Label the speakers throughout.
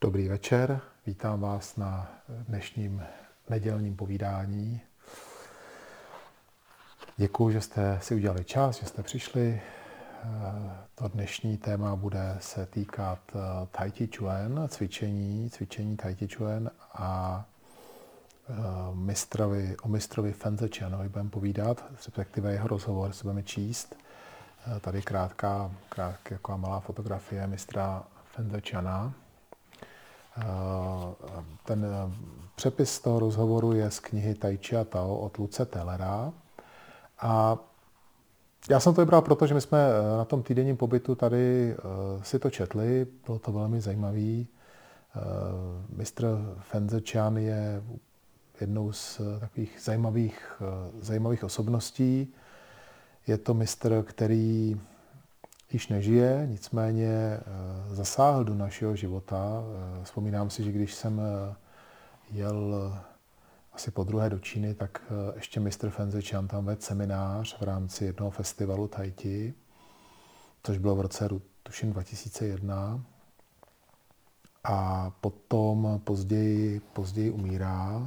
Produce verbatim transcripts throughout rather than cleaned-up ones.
Speaker 1: Dobrý večer, vítám vás na dnešním nedělním povídání. Děkuji, že jste si udělali čas, že jste přišli. To dnešní téma bude se týkat Tai Chi Chuan, cvičení, cvičení Tai Chi Chuan a mistrovi, o mistrovi Fan Tze Chianovi budeme povídat, respektive jeho rozhovor si budeme číst. Tady krátká, krátká jako malá fotografie mistra Fan Tze Chiana. Ten přepis toho rozhovoru je z knihy Tai Chi a Tao od Luce Tellera. A já jsem to vybral, protože my jsme na tom týdenním pobytu tady si to četli, bylo to velmi zajímavý. Mistr Fan Tze Chian je jednou z takových zajímavých, zajímavých osobností. Je to mistr, který již nežije, nicméně zasáhl do našeho života. Vzpomínám si, že když jsem jel asi po druhé do Číny, tak ještě mistr Fan Tze Chian tam vedl seminář v rámci jednoho festivalu Tai Chi, což bylo v roce, tuším, dva tisíce jedna. A potom později, později umírá.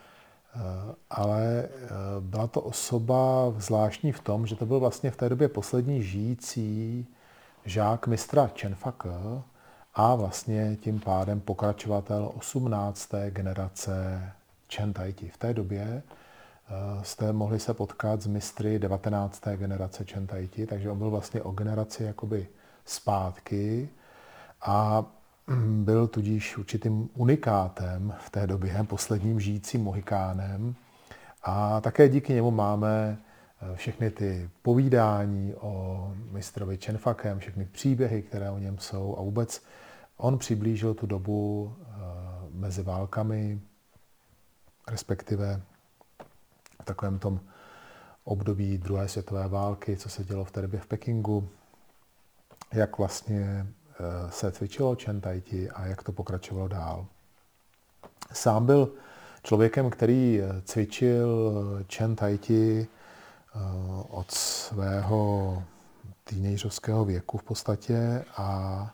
Speaker 1: Ale byla to osoba zvláštní v tom, že to byl vlastně v té době poslední žijící žák mistra Chen Fake a vlastně tím pádem pokračovatel osmnácté generace Chen Tai Chi. V té době jste mohli se potkat s mistry devatenácté generace Chen Tai Chi, takže on byl vlastně o generaci jakoby zpátky a byl tudíž určitým unikátem v té době, posledním žijícím mohikánem. A také díky němu máme všechny ty povídání o mistrovi Chen Fakem, všechny příběhy, které o něm jsou. A vůbec on přiblížil tu dobu mezi válkami, respektive v takovém tom období druhé světové války, co se dělo v té době v Pekingu, jak vlastně se cvičilo Chen Tai Chi a jak to pokračovalo dál. Sám byl člověkem, který cvičil Chen Tai Chi od svého teenagerovského věku v podstatě a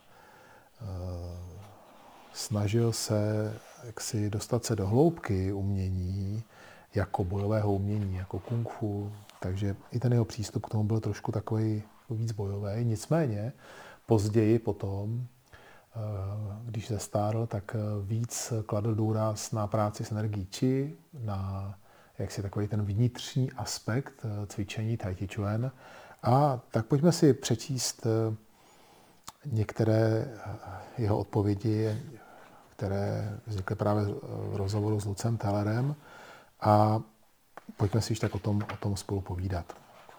Speaker 1: snažil se jaksi dostat se do hloubky umění, jako bojového umění, jako kung fu, takže i ten jeho přístup k tomu byl trošku takový víc bojový. Nicméně později potom, když zestárl, tak víc kladl důraz na práci s energií Qi, na jaksi takový ten vnitřní aspekt cvičení Tai Chi Chuan. A tak pojďme si přečíst některé jeho odpovědi, které vznikly právě v rozhovoru s Lucem Tellerem a pojďme si již tak o tom, o tom spolu povídat.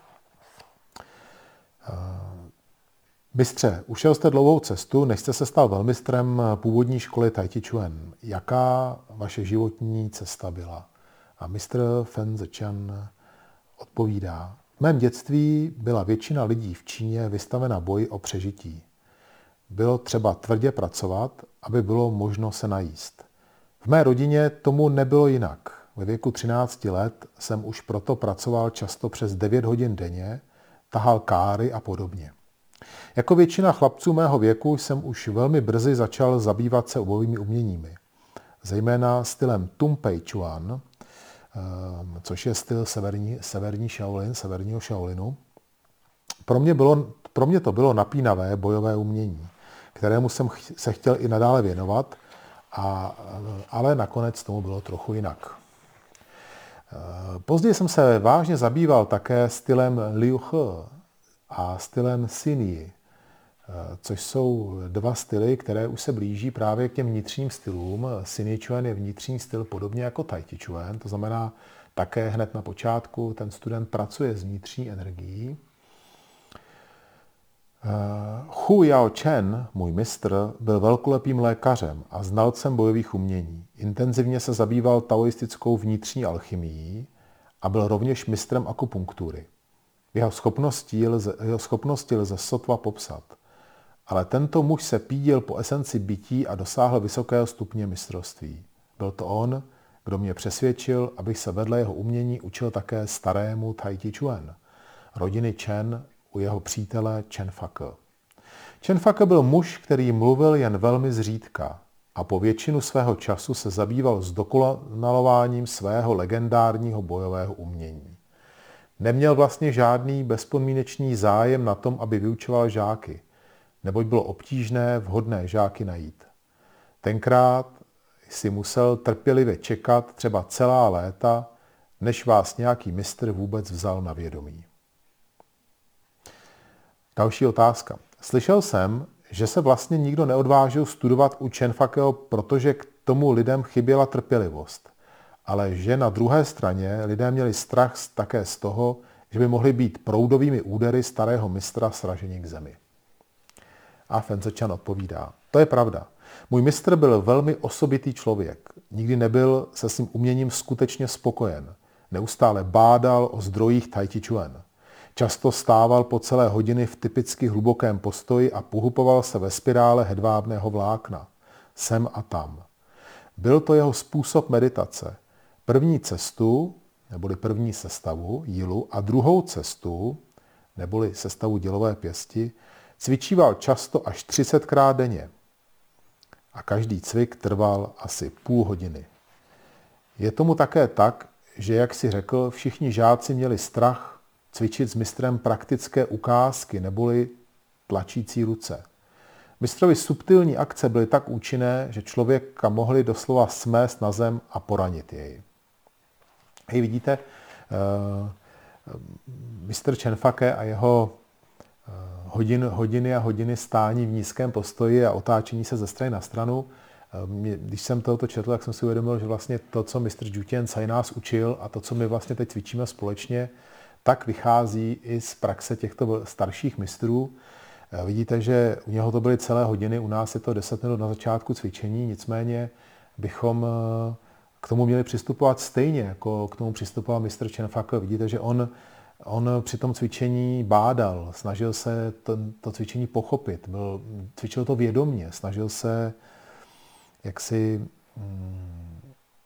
Speaker 1: Mistře, ušel jste dlouhou cestu, než jste se stal velmistrem původní školy Tai Chi Chuan. Jaká vaše životní cesta byla? A mistr Fan Tze Chian odpovídá. V mém dětství byla většina lidí v Číně vystavena boji o přežití. Bylo třeba tvrdě pracovat, aby bylo možno se najíst. V mé rodině tomu nebylo jinak. Ve věku třinácti let jsem už proto pracoval často přes devět hodin denně, tahal káry a podobně. Jako většina chlapců mého věku jsem už velmi brzy začal zabývat se bojovými uměními. Zejména stylem Tung Pei Chuan, což je styl severní, severní Shaolin, severního Shaolinu. Pro mě, bylo, pro mě to bylo napínavé bojové umění, kterému jsem se chtěl i nadále věnovat, a, ale nakonec tomu bylo trochu jinak. Později jsem se vážně zabýval také stylem Liu He a stylem Xin Yi, což jsou dva styly, které už se blíží právě k těm vnitřním stylům. Xin Yi Chuan je vnitřní styl podobně jako Tai Chi Chuan, to znamená také hned na počátku ten student pracuje s vnitřní energií. Hu Yao Chen, můj mistr, byl velkolepým lékařem a znalcem bojových umění. Intenzivně se zabýval taoistickou vnitřní alchymií a byl rovněž mistrem akupunktury. Jeho schopnosti lze, jeho schopnosti lze sotva popsat. Ale tento muž se pídil po esenci bytí a dosáhl vysokého stupně mistrovství. Byl to on, kdo mě přesvědčil, abych se vedle jeho umění učil také starému Tai Chi Chuan, rodiny Chen u jeho přítele Chen Fake. Chen Fake byl muž, který mluvil jen velmi zřídka. a po většinu svého času se zabýval zdokonalováním svého legendárního bojového umění. Neměl vlastně žádný bezpodmínečný zájem na tom, aby vyučoval žáky, neboť bylo obtížné vhodné žáky najít. Tenkrát si musel trpělivě čekat třeba celá léta, než vás nějaký mistr vůbec vzal na vědomí. Další otázka. Slyšel jsem, že se vlastně nikdo neodvážil studovat u Čenfakeho, protože k tomu lidem chyběla trpělivost. Ale že na druhé straně lidé měli strach také z toho, že by mohli být proudovými údery starého mistra sraženi k zemi. A Fenzechan odpovídá, to je pravda. Můj mistr byl velmi osobitý člověk. Nikdy nebyl se svým uměním skutečně spokojen. Neustále bádal o zdrojích Tai Chi Chuan. Často stával po celé hodiny v typicky hlubokém postoji a pohupoval se ve spirále hedvábného vlákna. Sem a tam. Byl to jeho způsob meditace. První cestu, neboli první sestavu jilu a druhou cestu, neboli sestavu dělové pěsti, cvičíval často až třicetkrát denně. A každý cvik trval asi půl hodiny. Je tomu také tak, že, jak si řekl, všichni žáci měli strach cvičit s mistrem praktické ukázky neboli tlačící ruce. Mistrovi subtilní akce byly tak účinné, že člověka mohli doslova smést na zem a poranit jej. Hej, vidíte, uh, mistr Čenfake a jeho uh, hodin, hodiny a hodiny stání v nízkém postoji a otáčení se ze strany na stranu. Uh, když jsem tohoto četl, tak jsem si uvědomil, že vlastně to, co mistr Jutian Tsai nás učil a to, co my vlastně teď cvičíme společně, tak vychází i z praxe těchto starších mistrů. Vidíte, že u něho to byly celé hodiny, u nás je to deset minut na začátku cvičení, nicméně bychom k tomu měli přistupovat stejně, jako k tomu přistupoval mistr Čenfake. Vidíte, že on, on při tom cvičení bádal, snažil se to, to cvičení pochopit, byl, cvičil to vědomně, snažil se jaksi hmm,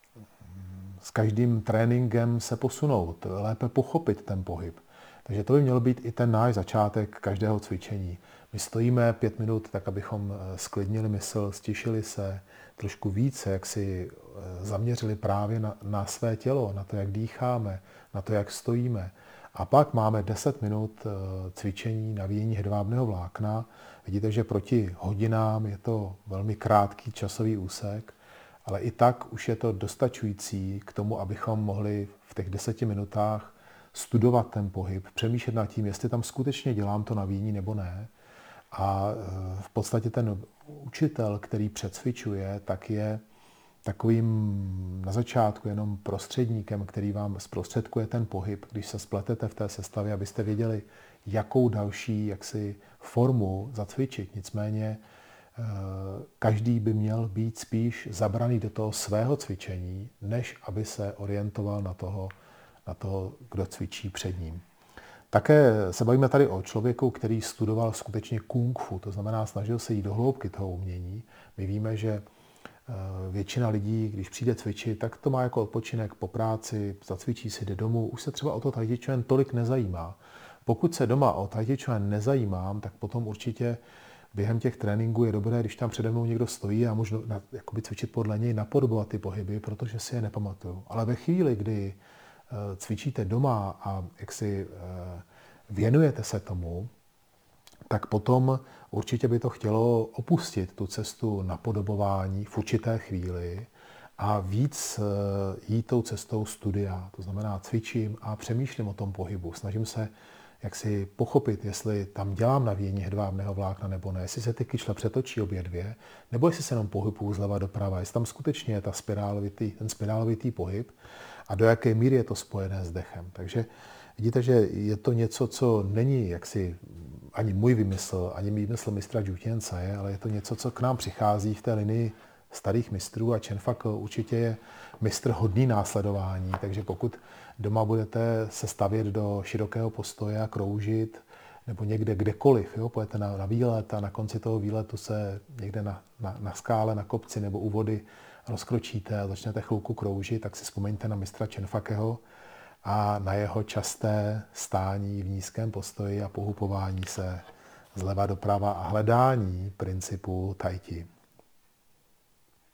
Speaker 1: s každým tréninkem se posunout, lépe pochopit ten pohyb. Takže to by měl být i ten náš začátek každého cvičení. My stojíme pět minut tak, abychom sklidnili mysl, stišili se, trošku více, jak si zaměřili právě na, na své tělo, na to, jak dýcháme, na to, jak stojíme. A pak máme deset minut cvičení navíjení hedvábného vlákna. Vidíte, že proti hodinám je to velmi krátký časový úsek, ale i tak už je to dostačující k tomu, abychom mohli v těch deseti minutách studovat ten pohyb, přemýšlet nad tím, jestli tam skutečně dělám to navíjení nebo ne. A v podstatě ten učitel, který přecvičuje, tak je takovým na začátku jenom prostředníkem, který vám zprostředkuje ten pohyb, když se spletete v té sestavě, abyste věděli, jakou další jaksi formu zacvičit. Nicméně každý by měl být spíš zabraný do toho svého cvičení, než aby se orientoval na toho, na toho, kdo cvičí před ním. Také se bavíme tady o člověku, který studoval skutečně kung fu, to znamená, snažil se jít do hloubky toho umění. My víme, že většina lidí, když přijde cvičit, tak to má jako odpočinek po práci, zacvičí si, jde domů, už se třeba o to Tai Chi Chuan tolik nezajímá. Pokud se doma o Tai Chi Chuan nezajímám, tak potom určitě během těch tréninků je dobré, když tam přede mnou někdo stojí a můžu jakoby cvičit podle něj, napodobovat ty pohyby, protože si je nepamatuju. Ale ve chvíli, kdy cvičíte doma a jak si věnujete se tomu, tak potom určitě by to chtělo opustit tu cestu napodobování v určité chvíli a víc jít tou cestou studia. To znamená, cvičím a přemýšlím o tom pohybu. Snažím se jak si pochopit, jestli tam dělám navíjení hedvábného vlákna nebo ne, jestli se ty kyčle přetočí obě dvě, nebo jestli se jenom pohybuju zleva doprava, jestli tam skutečně je ta spirálovitý, ten spirálovitý pohyb a do jaké míry je to spojené s dechem. Takže vidíte, že je to něco, co není jaksi ani můj vymysl, ani výmysl mistra Jutian Tsai, ale je to něco, co k nám přichází v té linii starých mistrů a Čenfake určitě je mistr hodný následování, takže pokud doma budete se stavět do širokého postoje a kroužit, nebo někde kdekoliv, jo, pojete na, na výlet a na konci toho výletu se někde na, na, na skále, na kopci nebo u vody rozkročíte a začnete chvilku kroužit, tak si vzpomeňte na mistra Čenfakeho a na jeho časté stání v nízkém postoji a pohupování se zleva doprava a hledání principu Tai Chi.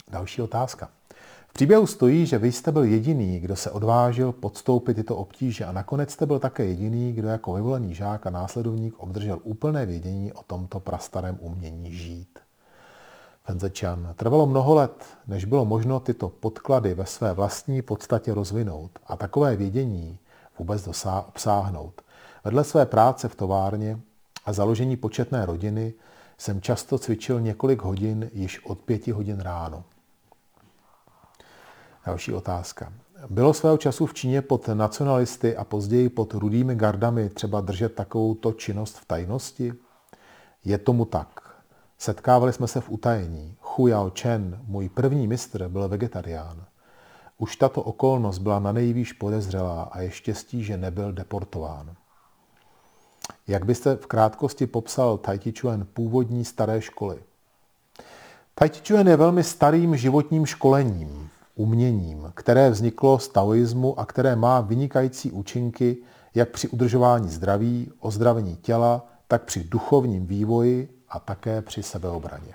Speaker 1: Další otázka. V příběhu stojí, že vy jste byl jediný, kdo se odvážil podstoupit tyto obtíže a nakonec jste byl také jediný, kdo jako vyvolený žák a následovník obdržel úplné vědění o tomto prastarém umění žít. Fenzechan. Trvalo mnoho let, než bylo možno tyto podklady ve své vlastní podstatě rozvinout a takové vědění vůbec dosá- obsáhnout. Vedle své práce v továrně a založení početné rodiny jsem často cvičil několik hodin již od pěti hodin ráno. Další otázka. Bylo svého času v Číně pod nacionalisty a později pod rudými gardami třeba držet takovouto činnost v tajnosti? Je tomu tak. Setkávali jsme se v utajení. Hu Yao Chen, můj první mistr, byl vegetarián. Už tato okolnost byla nanejvýš podezřelá a je štěstí, že nebyl deportován. Jak byste v krátkosti popsal Tai Chi Chuan původní staré školy? Tai Chi Chuan je velmi starým životním školením, uměním, které vzniklo z taoismu a které má vynikající účinky jak při udržování zdraví, ozdravení těla, tak při duchovním vývoji a také při sebeobraně.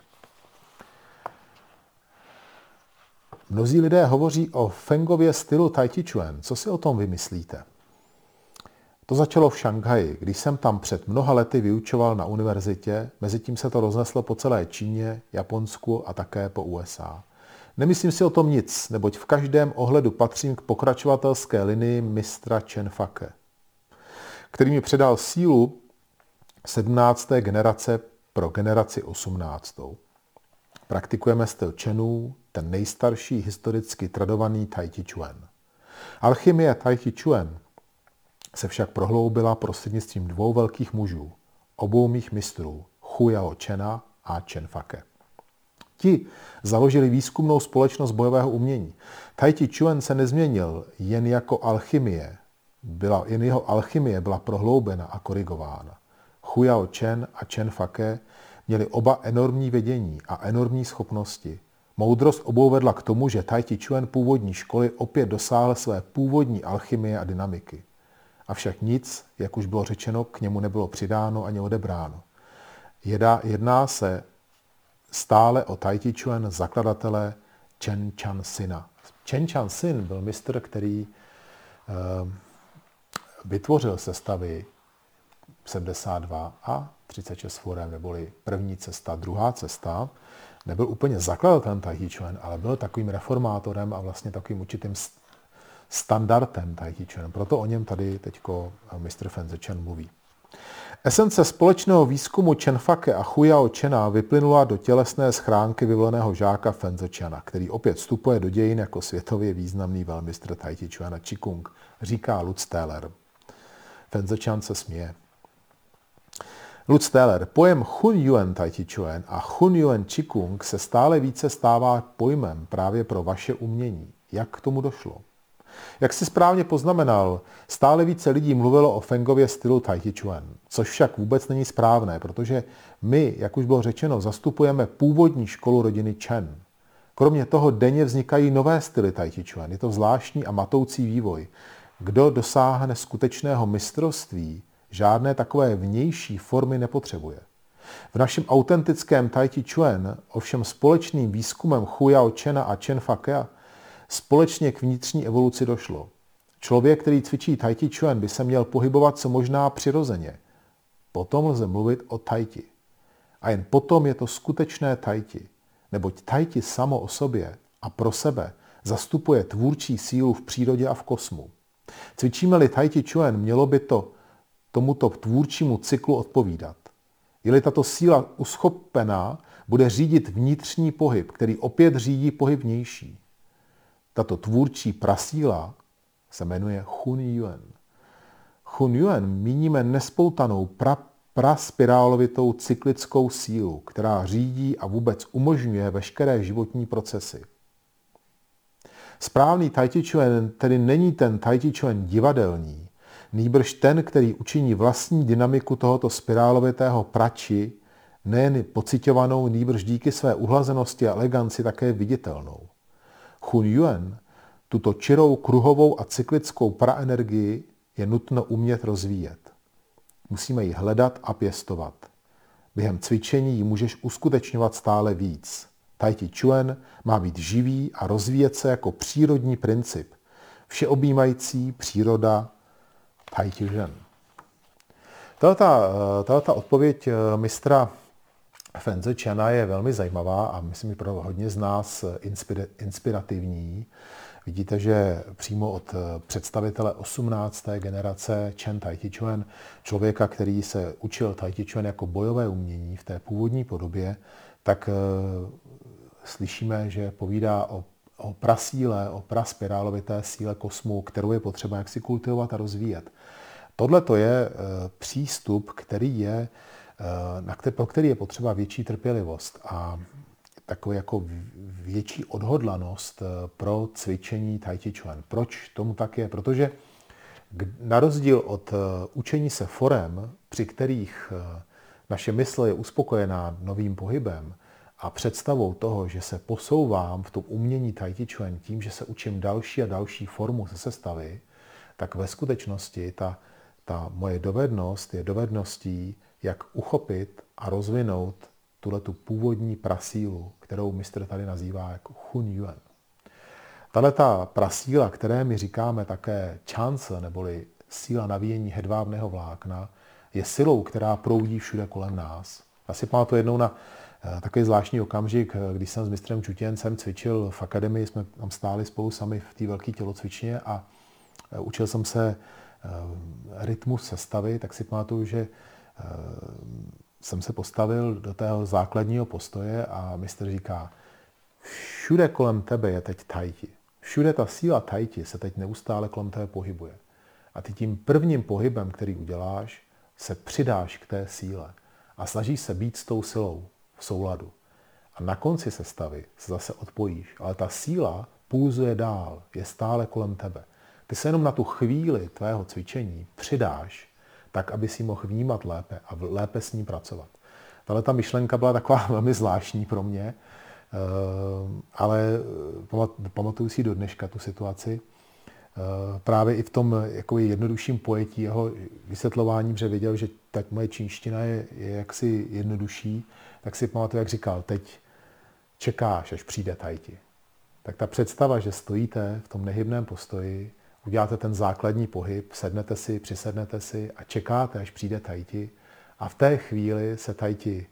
Speaker 1: Mnozí lidé hovoří o Fengově stylu Tai Chi Chuan. Co si o tom vymyslíte? To začalo v Šanghaji, když jsem tam před mnoha lety vyučoval na univerzitě, mezitím se to rozneslo po celé Číně, Japonsku a také po U S A. Nemyslím si o tom nic, neboť v každém ohledu patřím k pokračovatelské linii mistra Chen Fake, který mi předal sílu sedmnácté generace pro generaci osmnáctou. Praktikujeme styl Chenů, ten nejstarší historicky tradovaný Tai Chi Chuan. Alchymie Tai Chi Chuan se však prohloubila prostřednictvím dvou velkých mužů, obou mých mistrů, Hu Yao Chena a Chen Fake. Ti založili výzkumnou společnost bojového umění. Tai Chi Chuan se nezměnil jen jako alchymie, byla, jen jeho alchymie byla prohloubena a korigována. Hu Yao Chen a Chen Fake měli oba enormní vědění a enormní schopnosti. Moudrost obou vedla k tomu, že Tai Chi Chuan původní školy opět dosáhl své původní alchymie a dynamiky. Avšak nic, jak už bylo řečeno, k němu nebylo přidáno ani odebráno. Jedná, jedná se stále o Tai Chi Chuan zakladatele Chen Chan Sina. Chen Chan Sin byl mistr, který eh, vytvořil sestavy sedmdesát dva a třicet šest forem, neboli první cesta, druhá cesta. Nebyl úplně zakladatelem Tai Chi Chuan, ale byl takovým reformátorem a vlastně takovým určitým standardem Tai Chi Chuan. Proto o něm tady teďko mistr Fenzechan mluví. Esence společného výzkumu Chen Fake a Hu Yao Chena vyplynula do tělesné schránky vyvoleného žáka Fenzechana, který opět vstupuje do dějin jako světově významný velmistr Tai Chi Chuan a Qigong, říká Lutz Taylor. Fenzechan se směje. Lutz Taylor, pojem Hun Yuan Tai Chi Chuan a Hun Yuan Qigong se stále více stává pojmem právě pro vaše umění. Jak k tomu došlo? Jak si správně poznamenal, stále více lidí mluvilo o Fengově stylu Tai Chi Chuan, což však vůbec není správné, protože my, jak už bylo řečeno, zastupujeme původní školu rodiny Chen. Kromě toho denně vznikají nové styly Tai Chi Chuan. Je to zvláštní a matoucí vývoj. Kdo dosáhne skutečného mistrovství, žádné takové vnější formy nepotřebuje. V našem autentickém Tai Chi Chuan ovšem společným výzkumem Hu Yao Chena a Chen Fake společně k vnitřní evoluci došlo. Člověk, který cvičí Tai Chi Chuan, by se měl pohybovat co možná přirozeně. Potom lze mluvit o Tai Chi. A jen potom je to skutečné Tai Chi. Neboť Tai Chi samo o sobě a pro sebe zastupuje tvůrčí sílu v přírodě a v kosmu. Cvičíme-li Tai Chi Chuan, mělo by to tomuto tvůrčímu cyklu odpovídat. Je-li tato síla uschopená, bude řídit vnitřní pohyb, který opět řídí pohyb vnější. Tato tvůrčí prasíla se jmenuje Hun Yuan. Hun Yuan míníme nespoutanou pra, praspirálovitou cyklickou sílu, která řídí a vůbec umožňuje veškeré životní procesy. Správný Tai Chi Chuan tedy není ten Tai Chi Chuan divadelní, nýbrž ten, který učiní vlastní dynamiku tohoto spirálovitého prači nejen pociťovanou, nýbrž díky své uhlazenosti a eleganci také viditelnou. Hun Yuan, tuto čirou, kruhovou a cyklickou praenergii je nutno umět rozvíjet. Musíme ji hledat a pěstovat. Během cvičení ji můžeš uskutečňovat stále víc. Tai Chi Chuan má být živý a rozvíjet se jako přírodní princip. Všeobjímající příroda Tai Chi Chuan. Tato odpověď mistra Fen Ze Chana je velmi zajímavá a myslím, že pro hodně z nás inspirativní. Vidíte, že přímo od představitele osmnácté generace Chen Tai Chi Chuan, člověka, který se učil Tai Chi Chuan jako bojové umění v té původní podobě, tak slyšíme, že povídá o, o prasíle, o praspirálovité síle kosmu, kterou je potřeba jaksi kultivovat a rozvíjet. Tohle to je přístup, který je, na který, pro který je potřeba větší trpělivost a takovou jako větší odhodlanost pro cvičení Tai Chi Chuan. Proč tomu tak je? Protože na rozdíl od učení se forem, při kterých naše mysl je uspokojená novým pohybem a představou toho, že se posouvám v tom umění Tai Chi Chuan tím, že se učím další a další formu ze sestavy, tak ve skutečnosti ta, ta moje dovednost je dovedností, jak uchopit a rozvinout tuhletu původní prasílu, kterou mistr tady nazývá jako Hun Yuan. Tahleta prasíla, které my říkáme také chance, neboli síla navíjení hedvábného vlákna, je silou, která proudí všude kolem nás. Já si pamatuju jednou na takový zvláštní okamžik, když jsem s mistrem Čutěncem cvičil v akademii, jsme tam stáli spolu sami v té velké tělocvičně a učil jsem se rytmus sestavy, tak si pamatuju, že jsem se postavil do tého základního postoje a mistr říká, všude kolem tebe je teď Tai Chi. Všude ta síla Tai Chi se teď neustále kolem tebe pohybuje. A ty tím prvním pohybem, který uděláš, se přidáš k té síle a snažíš se být s tou silou v souladu. A na konci sestavy se zase odpojíš, ale ta síla pulzuje dál, je stále kolem tebe. Ty se jenom na tu chvíli tvého cvičení přidáš, tak, aby si mohl vnímat lépe a lépe s ní pracovat. Tahle ta myšlenka byla taková velmi zvláštní pro mě, ale pamatuju si do dneška tu situaci. Právě i v tom jako jednodušším pojetí jeho vysvětlování, že věděl, že tak moje čínština je, je jaksi jednodušší, tak si pamatuju, jak říkal, teď čekáš, až přijde Tai Chi. Tak ta představa, že stojíte v tom nehybném postoji, uděláte ten základní pohyb, sednete si, přisednete si a čekáte, až přijde Tai Chi. A v té chvíli se Tai Chi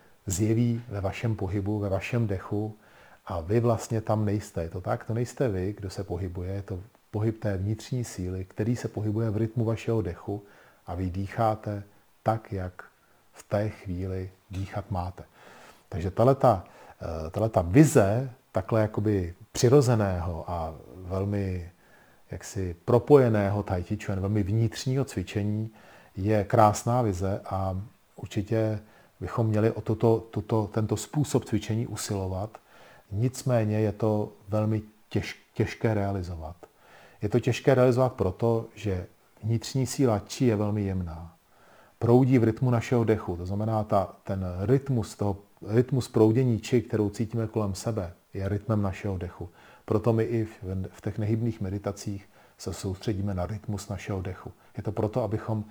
Speaker 1: zjeví ve vašem pohybu, ve vašem dechu a vy vlastně tam nejste. Je to tak? To nejste vy, kdo se pohybuje. Je to pohyb té vnitřní síly, který se pohybuje v rytmu vašeho dechu a vy dýcháte tak, jak v té chvíli dýchat máte. Takže tahleta vize takhle jakoby přirozeného a velmi jaksi propojeného Tai Chi Chuan, velmi vnitřního cvičení je krásná vize a určitě bychom měli o toto, tuto, tento způsob cvičení usilovat. Nicméně je to velmi těž, těžké realizovat. Je to těžké realizovat proto, že vnitřní síla Chi je velmi jemná. Proudí v rytmu našeho dechu, to znamená ta, ten rytmus, toho, rytmus proudění Chi, kterou cítíme kolem sebe, je rytmem našeho dechu. Proto my i v, v těch nehybných meditacích se soustředíme na rytmus našeho dechu. Je to proto, abychom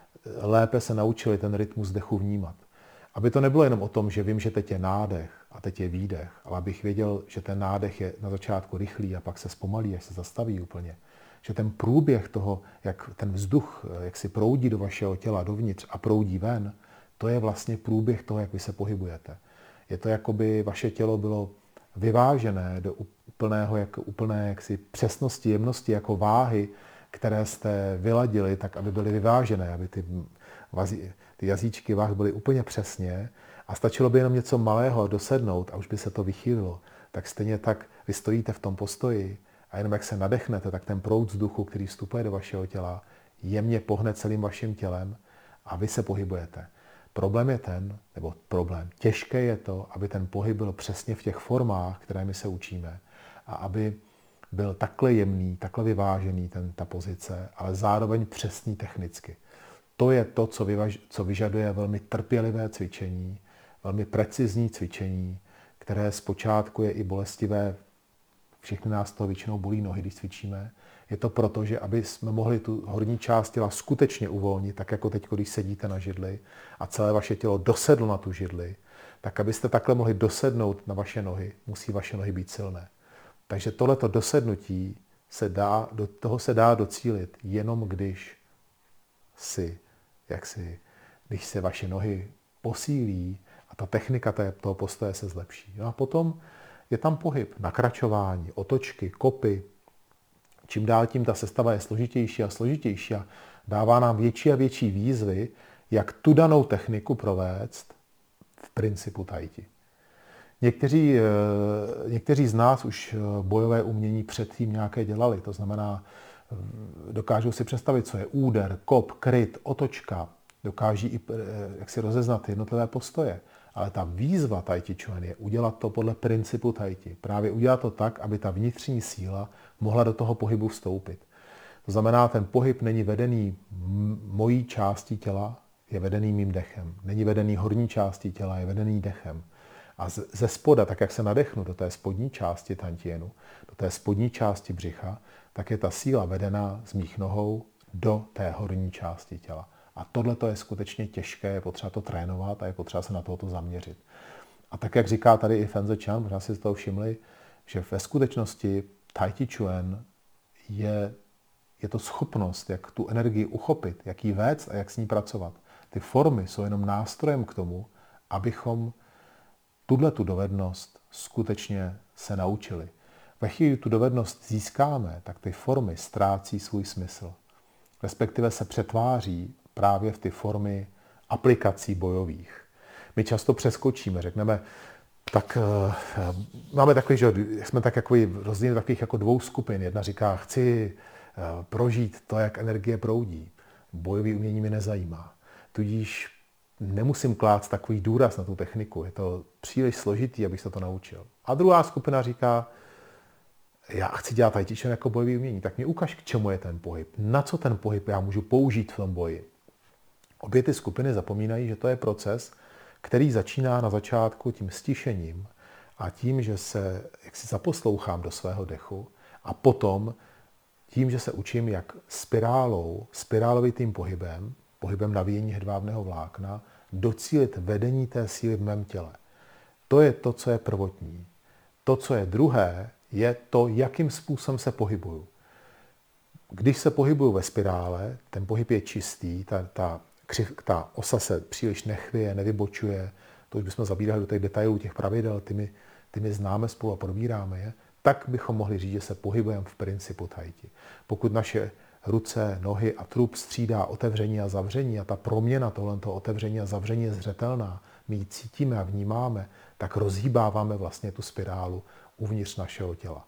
Speaker 1: lépe se naučili ten rytmus dechu vnímat. Aby to nebylo jenom o tom, že vím, že teď je nádech a teď je výdech, ale abych věděl, že ten nádech je na začátku rychlý a pak se zpomalí, až se zastaví úplně. Že ten průběh toho, jak ten vzduch, jak si proudí do vašeho těla dovnitř a proudí ven, to je vlastně průběh toho, jak vy se pohybujete. Je to, jako by vaše tělo bylo vyvážené do úplného, jak, úplné jaksi přesnosti, jemnosti, jako váhy, které jste vyladili, tak aby byly vyvážené, aby ty, vazí, ty jazyčky váh byly úplně přesně a stačilo by jenom něco malého dosednout a už by se to vychýlilo. Tak stejně tak vy stojíte v tom postoji a jenom jak se nadechnete, tak ten proud vzduchu, který vstupuje do vašeho těla, jemně pohne celým vaším tělem a vy se pohybujete. Problém je ten, nebo problém, těžké je to, aby ten pohyb byl přesně v těch formách, které my se učíme a aby byl takhle jemný, takhle vyvážený ten, ta pozice, ale zároveň přesný technicky. To je to, co, vyvaž, co vyžaduje velmi trpělivé cvičení, velmi precizní cvičení, které zpočátku je i bolestivé. Všechny nás toho většinou bolí nohy, když cvičíme. Je to proto, že aby jsme mohli tu horní část těla skutečně uvolnit, tak jako teď, když sedíte na židli a celé vaše tělo dosedlo na tu židli, tak abyste takhle mohli dosednout na vaše nohy, musí vaše nohy být silné. Takže tohleto dosednutí se dá, do toho se dá docílit jenom když si, jak si, když se vaše nohy posílí a ta technika toho postoje se zlepší. No a potom je tam pohyb, nakračování, otočky, kopy. Čím dál tím ta sestava je složitější a složitější a dává nám větší a větší výzvy, jak tu danou techniku provést v principu tai chi. Někteří, někteří z nás už bojové umění předtím nějaké dělali, to znamená, dokážou si představit, co je úder, kop, kryt, otočka, dokáží i jak si rozeznat jednotlivé postoje. Ale ta výzva tai chi chuan je udělat to podle principu tai chi. Právě udělat to tak, aby ta vnitřní síla mohla do toho pohybu vstoupit. To znamená, ten pohyb není vedený mojí částí těla, je vedený mým dechem. Není vedený horní částí těla, je vedený dechem. A ze spoda, tak jak se nadechnu do té spodní části tantienu, do té spodní části břicha, tak je ta síla vedená z mých nohou do té horní části těla. A tohle je skutečně těžké, je potřeba to trénovat a je potřeba se na tohoto zaměřit. A tak, jak říká tady i Feng Chan, možná si z toho všimli, že ve skutečnosti Tai Chi Chuan je, je to schopnost, jak tu energii uchopit, jak ji vést a jak s ní pracovat. Ty formy jsou jenom nástrojem k tomu, abychom tuhle tu dovednost skutečně se naučili. Ve chvíli tu dovednost získáme, tak ty formy ztrácí svůj smysl. Respektive se přetváří právě v ty formy aplikací bojových. My často přeskočíme, řekneme, tak uh, máme takový, že jsme tak jako rozděleni takových jako dvou skupin. Jedna říká, chci uh, prožít to, jak energie proudí. Bojové umění mě nezajímá. Tudíž nemusím klást takový důraz na tu techniku. Je to příliš složitý, abych se to naučil. A druhá skupina říká, já chci dělat tai chi chuan jako bojové umění, tak mi ukaž, k čemu je ten pohyb. Na co ten pohyb já můžu použít v tom boji. Obě ty skupiny zapomínají, že to je proces, který začíná na začátku tím stišením a tím, že se jak si zaposlouchám do svého dechu a potom tím, že se učím, jak spirálou, spirálovitým pohybem, pohybem navíjení hedvábného vlákna, docílit vedení té síly v mém těle. To je to, co je prvotní. To, co je druhé, je to, jakým způsobem se pohybuju. Když se pohybuju ve spirále, ten pohyb je čistý, ta, ta, křiv, ta osa se příliš nechvěje, nevybočuje, to už bychom zabírali do těch detailů, těch pravidel, ty my, ty my známe spolu a probíráme je, tak bychom mohli říct, že se pohybujeme v principu tai chi. Pokud naše ruce, nohy a trup střídá otevření a zavření a ta proměna tohoto otevření a zavření je zřetelná, my ji cítíme a vnímáme, tak rozhýbáváme vlastně tu spirálu uvnitř našeho těla.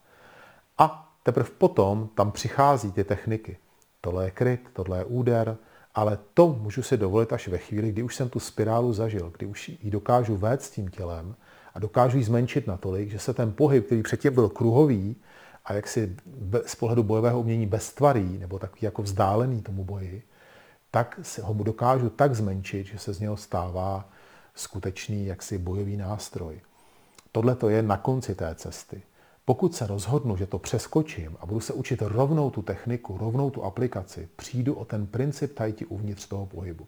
Speaker 1: A teprve potom tam přichází ty techniky. Tohle je kryt, tohle je úder, ale to můžu si dovolit až ve chvíli, kdy už jsem tu spirálu zažil, kdy už ji dokážu vést tím tělem a dokážu ji zmenšit natolik, že se ten pohyb, který předtím byl kruhový a jaksi z pohledu bojového umění beztvarý nebo takový jako vzdálený tomu boji, tak ho dokážu tak zmenšit, že se z něho stává skutečný jaksi bojový nástroj. Tohle to je na konci té cesty. Pokud se rozhodnu, že to přeskočím a budu se učit rovnou tu techniku, rovnou tu aplikaci, přijdu o ten princip tai chi uvnitř toho pohybu.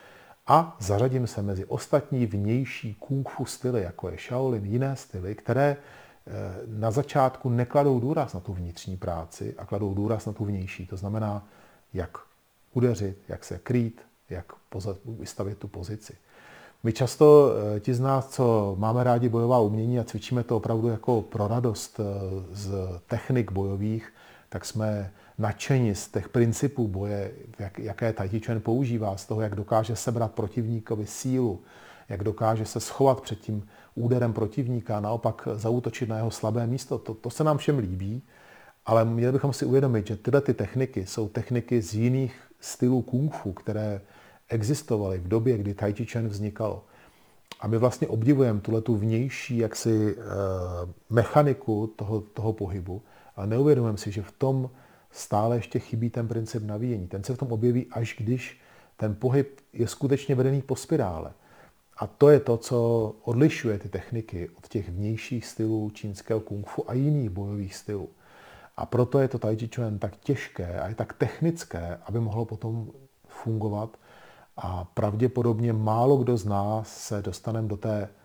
Speaker 1: A zařadím se mezi ostatní vnější kung fu styly, jako je Shaolin, jiné styly, které na začátku nekladou důraz na tu vnitřní práci a kladou důraz na tu vnější. To znamená, jak udeřit, jak se krýt, jak vystavit tu pozici. My často, ti z nás, co máme rádi bojová umění a cvičíme to opravdu jako pro radost z technik bojových, tak jsme nadšeni z těch principů boje, jak, jaké Tai Chi Chuan používá, z toho, jak dokáže sebrat protivníkovi sílu, jak dokáže se schovat před tím úderem protivníka a naopak zaútočit na jeho slabé místo. To, to se nám všem líbí, ale měli bychom si uvědomit, že tyhle ty techniky jsou techniky z jiných stylů kung fu, které existovaly v době, kdy Tai Chi Chuan vznikalo. A my vlastně obdivujeme tuhletu vnější jaksi, e, mechaniku toho, toho pohybu, ale neuvědomujeme si, že v tom stále ještě chybí ten princip navíjení. Ten se v tom objeví, až když ten pohyb je skutečně vedený po spirále. A to je to, co odlišuje ty techniky od těch vnějších stylů čínského kung fu a jiných bojových stylů. A proto je to Tai Chi Chuan tak těžké a je tak technické, aby mohlo potom fungovat. A pravděpodobně málo kdo z nás se dostaneme do té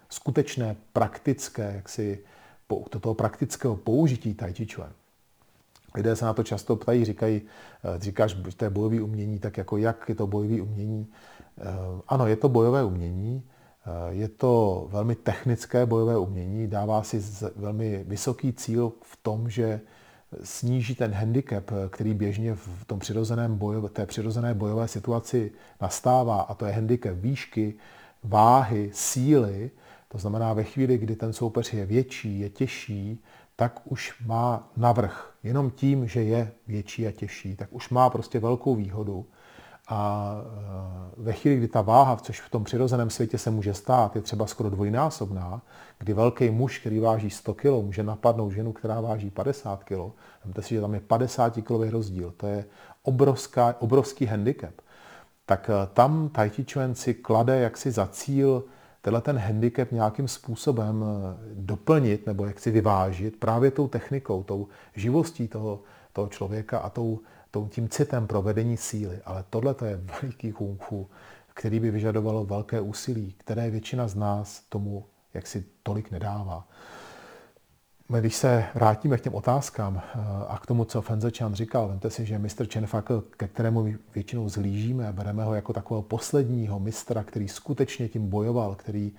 Speaker 1: skutečné praktické, jaksi, do toho praktického použití Tai Chi Chuan. Lidé se na to často ptají, říkají, říkáš, že to je bojové umění, tak jako jak je to bojové umění? Ano, je to bojové umění, je to velmi technické bojové umění, dává si velmi vysoký cíl v tom, že sníží ten handicap, který běžně v tom přirozeném bojové, té přirozené bojové situaci nastává, a to je handicap výšky, váhy, síly. To znamená, ve chvíli, kdy ten soupeř je větší, je těžší, tak už má navrch. Jenom tím, že je větší a těžší, tak už má prostě velkou výhodu. A ve chvíli, kdy ta váha, což v tom přirozeném světě se může stát, je třeba skoro dvojnásobná, kdy velký muž, který váží sto kilo, může napadnout ženu, která váží padesát kilo. Vemte si, že tam je padesátikilový rozdíl. To je obrovská, obrovský handicap. Tak tam Tai Chi Chuan si klade jaksi za cíl tenhle ten handicap nějakým způsobem doplnit nebo jaksi vyvážit právě tou technikou, tou živostí toho, toho člověka a tou, tou tím citem pro vedení síly. Ale tohle to je veliký kung fu, který by vyžadovalo velké úsilí, které většina z nás tomu jaksi tolik nedává. Když se vrátíme k těm otázkám a k tomu, co Fen Zetian říkal, vemte si, že mistr Chen Fakl, ke kterému většinou zhlížíme a bereme ho jako takového posledního mistra, který skutečně tím bojoval, který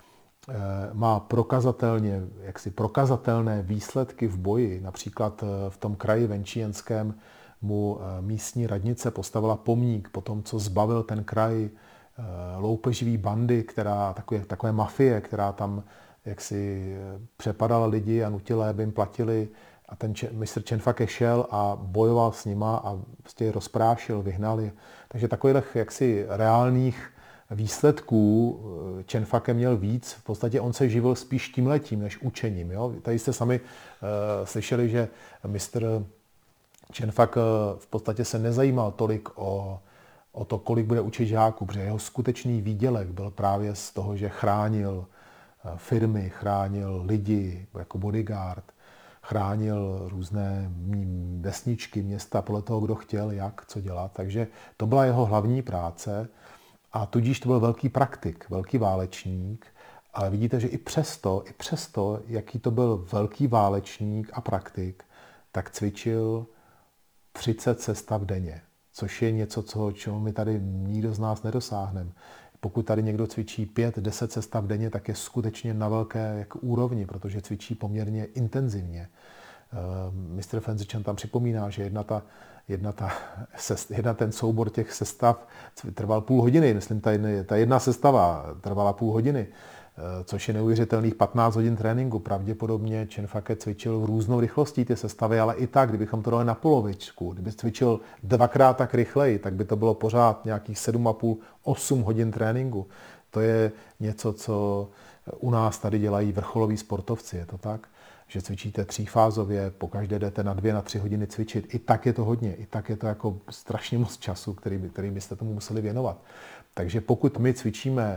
Speaker 1: má prokazatelně, jaksi prokazatelné výsledky v boji. Například v tom kraji venčienském mu místní radnice postavila pomník po tom, co zbavil ten kraj loupeživý bandy, která, takové, takové mafie, která tam jak si přepadala lidi a nutila, aby jim platili. A ten mistr Chen Fake šel a bojoval s nima a prostě je rozprášil, vyhnal je. Takže takových jaksi reálných výsledků Chen Fake měl víc. V podstatě on se živil spíš tímhletím, než učením. Jo? Tady jste sami uh, slyšeli, že mistr Chen Fake v podstatě se nezajímal tolik o, o to, kolik bude učit žáků, protože jeho skutečný výdělek byl právě z toho, že chránil firmy, chránil lidi jako bodyguard, chránil různé vesničky, města podle toho, kdo chtěl, jak, co dělat. Takže to byla jeho hlavní práce a tudíž to byl velký praktik, velký válečník. Ale vidíte, že i přesto, i přesto, jaký to byl velký válečník a praktik, tak cvičil třicet sestav denně, což je něco, co, čemu my tady nikdo z nás nedosáhneme. Pokud tady někdo cvičí pět deset sestav denně, tak je skutečně na velké jako úrovni, protože cvičí poměrně intenzivně. mistr Fen Zetian tam připomíná, že jedna, ta, jedna, ta, jedna ten soubor těch sestav trval půl hodiny. Myslím, ta jedna, ta jedna sestava trvala půl hodiny, což je neuvěřitelných patnáct hodin tréninku. Pravděpodobně Chen Fake cvičil v různou rychlostí ty sestavy, ale i tak, kdybychom to dali na polovičku, kdyby cvičil dvakrát tak rychleji, tak by to bylo pořád nějakých sedm a půl osm hodin tréninku. To je něco, co u nás tady dělají vrcholoví sportovci, je to tak? Že cvičíte třífázově, pokaždé jdete na dvě, na tři hodiny cvičit. I tak je to hodně, i tak je to jako strašně moc času, který, který byste tomu museli věnovat. Takže pokud my cvičíme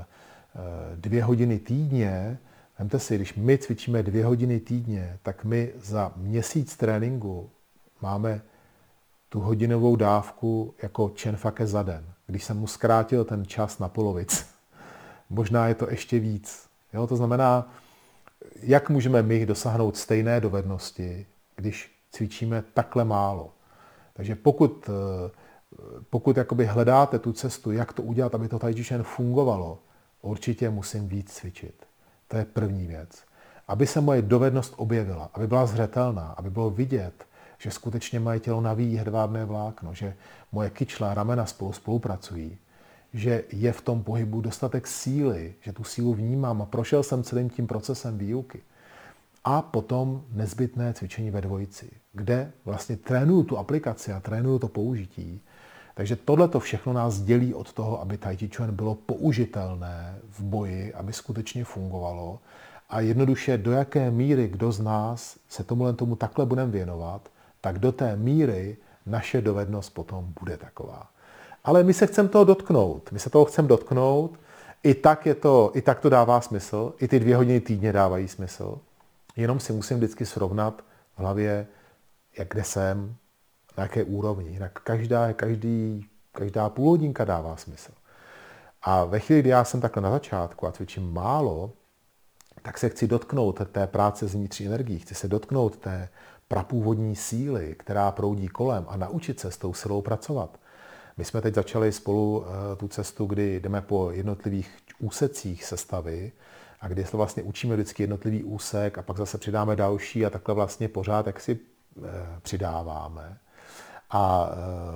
Speaker 1: dvě hodiny týdně, vemte si, když my cvičíme dvě hodiny týdně, tak my za měsíc tréninku máme tu hodinovou dávku jako Chen Fake za den. Když jsem mu zkrátil ten čas na polovic. Možná je to ještě víc. Jo, to znamená, jak můžeme my dosáhnout stejné dovednosti, když cvičíme takhle málo. Takže pokud, pokud jakoby hledáte tu cestu, jak to udělat, aby to Tai Chi Chuan fungovalo, určitě musím víc cvičit. To je první věc. Aby se moje dovednost objevila, aby byla zřetelná, aby bylo vidět, že skutečně moje tělo navíjí hedvábné vlákno, že moje kyčle a ramena spolu spolupracují, že je v tom pohybu dostatek síly, že tu sílu vnímám a prošel jsem celým tím procesem výuky. A potom nezbytné cvičení ve dvojici, kde vlastně trénuju tu aplikaci a trénuju to použití. Takže tohle to všechno nás dělí od toho, aby Tai Chi Chuan bylo použitelné v boji, aby skutečně fungovalo. A jednoduše, do jaké míry kdo z nás se tomuhle tomu takhle budeme věnovat, tak do té míry naše dovednost potom bude taková. Ale my se chceme toho dotknout. My se toho chceme dotknout. I tak, je to, I tak to dává smysl. I ty dvě hodiny týdně dávají smysl. Jenom si musím vždycky srovnat v hlavě, jak kde jsem, na jaké úrovni. Jinak každá, každý, každá půl hodinka dává smysl. A ve chvíli, kdy já jsem takhle na začátku a cvičím málo, tak se chci dotknout té práce s vnitřní energií, chci se dotknout té prapůvodní síly, která proudí kolem a naučit se s tou silou pracovat. My jsme teď začali spolu tu cestu, kdy jdeme po jednotlivých úsecích sestavy a kdy se vlastně učíme vždycky jednotlivý úsek a pak zase přidáme další a takhle vlastně pořád jak si přidáváme. A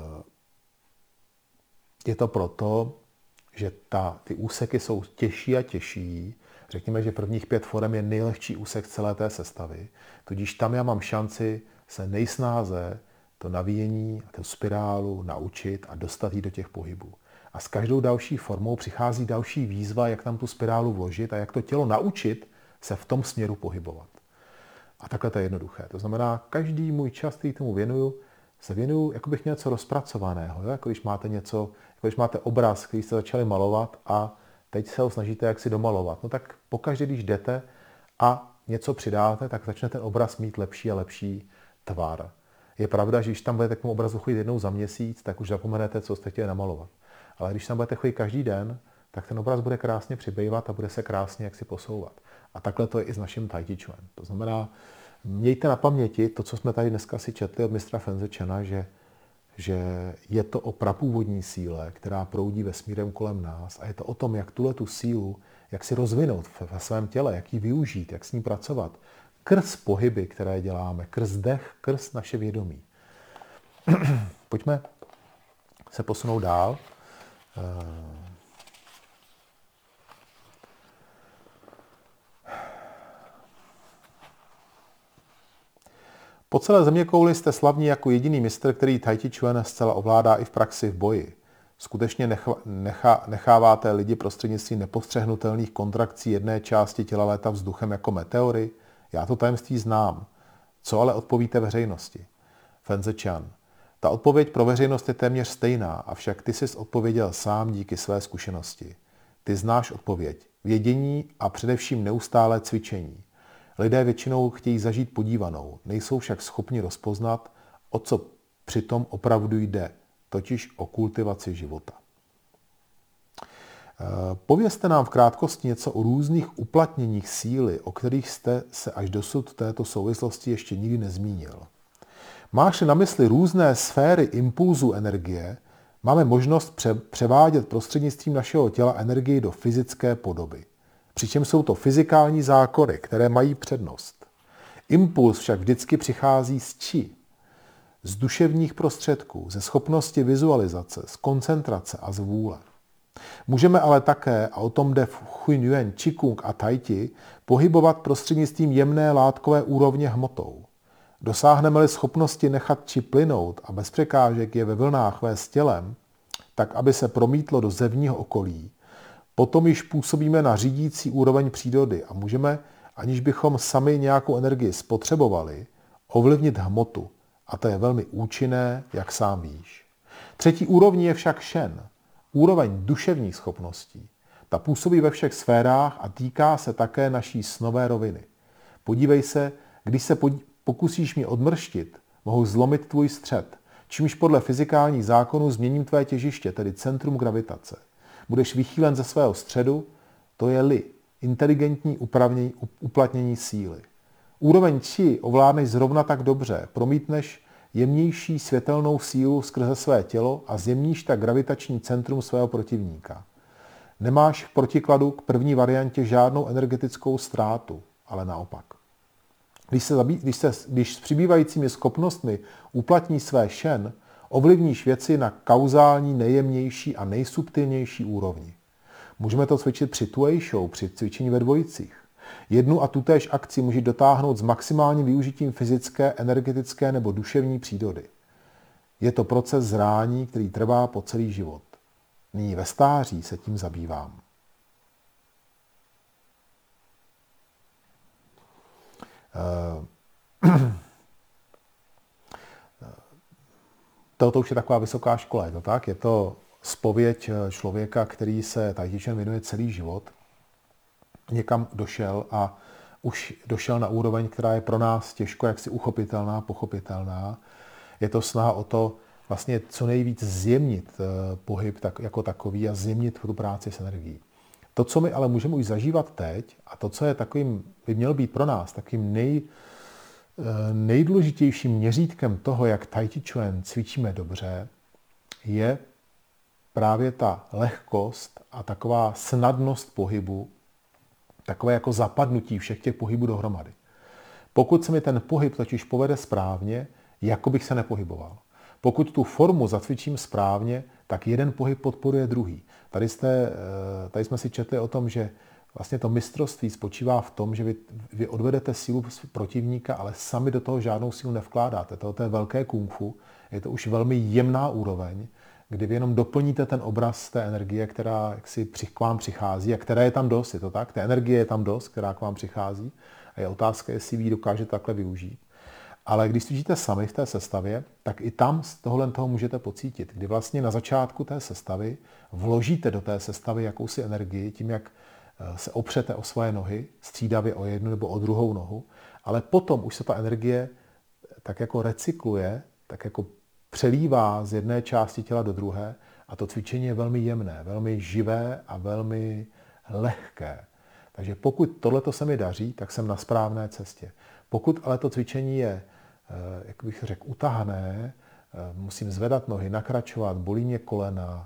Speaker 1: je to proto, že ta, ty úseky jsou těžší a těžší. Řekněme, že prvních pět forem je nejlehčí úsek celé té sestavy, tudíž tam já mám šanci se nejsnáze to navíjení a tu spirálu naučit a dostat ji do těch pohybů. A s každou další formou přichází další výzva, jak tam tu spirálu vložit a jak to tělo naučit se v tom směru pohybovat. A takhle to je jednoduché. To znamená, každý můj čas, který tomu věnuju, se věnuju, jako bych měl něco rozpracovaného. Jo? Jako když máte něco, jako když máte obraz, který jste začali malovat a teď se ho snažíte jak si domalovat. No tak pokaždé, když jdete a něco přidáte, tak začne ten obraz mít lepší a lepší tvar. Je pravda, že když tam budete k tomu obrazu chodit jednou za měsíc, tak už zapomenete, co jste chtěli namalovat. Ale když tam budete chodit každý den, tak ten obraz bude krásně přibývat a bude se krásně jaksi posouvat. A takhle to je i s naším Tai Chi Chuan. To znamená, mějte na paměti to, co jsme tady dneska si četli od mistra Fenze Chena, že, že je to o prapůvodní síle, která proudí vesmírem kolem nás a je to o tom, jak tuhle tu sílu, jak si rozvinout ve svém těle, jak ji využít, jak s ní pracovat. Krz pohyby, které děláme, krz dech, krz naše vědomí. Pojďme se posunout dál. Po celé zeměkouli jste slavní jako jediný mistr, který Tai Chi Chuan zcela ovládá i v praxi v boji. Skutečně nechá, nechá, necháváte lidi prostřednictvím nepostřehnutelných kontrakcí jedné části těla létat vzduchem jako meteory? Já to tajemství znám. Co ale odpovíte veřejnosti? Fenze Chan. Ta odpověď pro veřejnost je téměř stejná, avšak ty jsi odpověděl sám díky své zkušenosti. Ty znáš odpověď. Vědění a především neustálé cvičení. Lidé většinou chtějí zažít podívanou, nejsou však schopni rozpoznat, o co přitom opravdu jde, totiž o kultivaci života. Povězte nám v krátkosti něco o různých uplatněních síly, o kterých jste se až dosud v této souvislosti ještě nikdy nezmínil. Máš-li na mysli různé sféry impulzu energie, máme možnost pře- převádět prostřednictvím našeho těla energii do fyzické podoby. Přičemž jsou to fyzikální zákony, které mají přednost. Impuls však vždycky přichází z chi, z duševních prostředků, ze schopnosti vizualizace, z koncentrace a z vůle. Můžeme ale také, a o tom jde v Huinyuan, Qigong a Tai Chi, pohybovat prostřednictvím jemné látkové úrovně hmotou. Dosáhneme-li schopnosti nechat chi plynout a bez překážek je ve vlnách vést tělem, tak aby se promítlo do zevního okolí, potom již působíme na řídící úroveň přírody a můžeme, aniž bychom sami nějakou energii spotřebovali, ovlivnit hmotu. A to je velmi účinné, jak sám víš. Třetí úrovní je však Shen, úroveň duševních schopností. Ta působí ve všech sférách a týká se také naší snové roviny. Podívej se, když se pokusíš mě odmrštit, mohu zlomit tvůj střed, čímž podle fyzikálních zákonů změním tvé těžiště, tedy centrum gravitace. Budeš vychýlen ze svého středu, to je li, inteligentní upravnění, uplatnění síly. Úroveň chi ovládneš zrovna tak dobře, promítneš jemnější světelnou sílu skrze své tělo a zjemníš tak gravitační centrum svého protivníka. Nemáš v protikladu k první variantě žádnou energetickou ztrátu, ale naopak. Když, se zabí, když, se, když s přibývajícími schopnostmi uplatní své Shen, ovlivníš věci na kauzální, nejjemnější a nejsubtilnější úrovni. Můžeme to cvičit při Tuej Show, při cvičení ve dvojicích. Jednu a tutéž akci můžeš dotáhnout s maximálním využitím fyzické, energetické nebo duševní přírody. Je to proces zrání, který trvá po celý život. Nyní ve stáří se tím zabývám. To už je taková vysoká škola, je to tak? Je to zpověď člověka, který se Tai Chi Chuan věnuje celý život. Někam došel a už došel na úroveň, která je pro nás těžko jaksi uchopitelná, pochopitelná. Je to snaha o to vlastně co nejvíc zjemnit pohyb tak, jako takový a zjemnit tu práci s energií. To, co my ale můžeme už zažívat teď a to, co je takovým, by mělo být pro nás takovým nej, nejdůležitějším měřítkem toho, jak Tai Chi Chuan cvičíme dobře, je právě ta lehkost a taková snadnost pohybu, takové jako zapadnutí všech těch pohybů dohromady. Pokud se mi ten pohyb totiž povede správně, jako bych se nepohyboval. Pokud tu formu zacvičím správně, tak jeden pohyb podporuje druhý. Tady, jste, tady jsme si četli o tom, že vlastně to mistrovství spočívá v tom, že vy, vy odvedete sílu protivníka, ale sami do toho žádnou sílu nevkládáte. To je velké kung fu, je to už velmi jemná úroveň, kdy vy jenom doplníte ten obraz té energie, která jaksi k vám přichází a která je tam dost, je to tak? Té energie je tam dost, která k vám přichází a je otázka, jestli vy ji dokážete takhle využít. Ale když cvičíte sami v té sestavě, tak i tam z tohohle toho můžete pocítit, kdy vlastně na začátku té sestavy vložíte do té sestavy jakousi energii tím, jak se opřete o svoje nohy, střídavě o jednu nebo o druhou nohu, ale potom už se ta energie tak jako recykluje, tak jako přelívá z jedné části těla do druhé a to cvičení je velmi jemné, velmi živé a velmi lehké. Takže pokud tohleto se mi daří, tak jsem na správné cestě. Pokud ale to cvičení je, jak bych řekl, utahané, musím zvedat nohy, nakračovat, bolí mě kolena,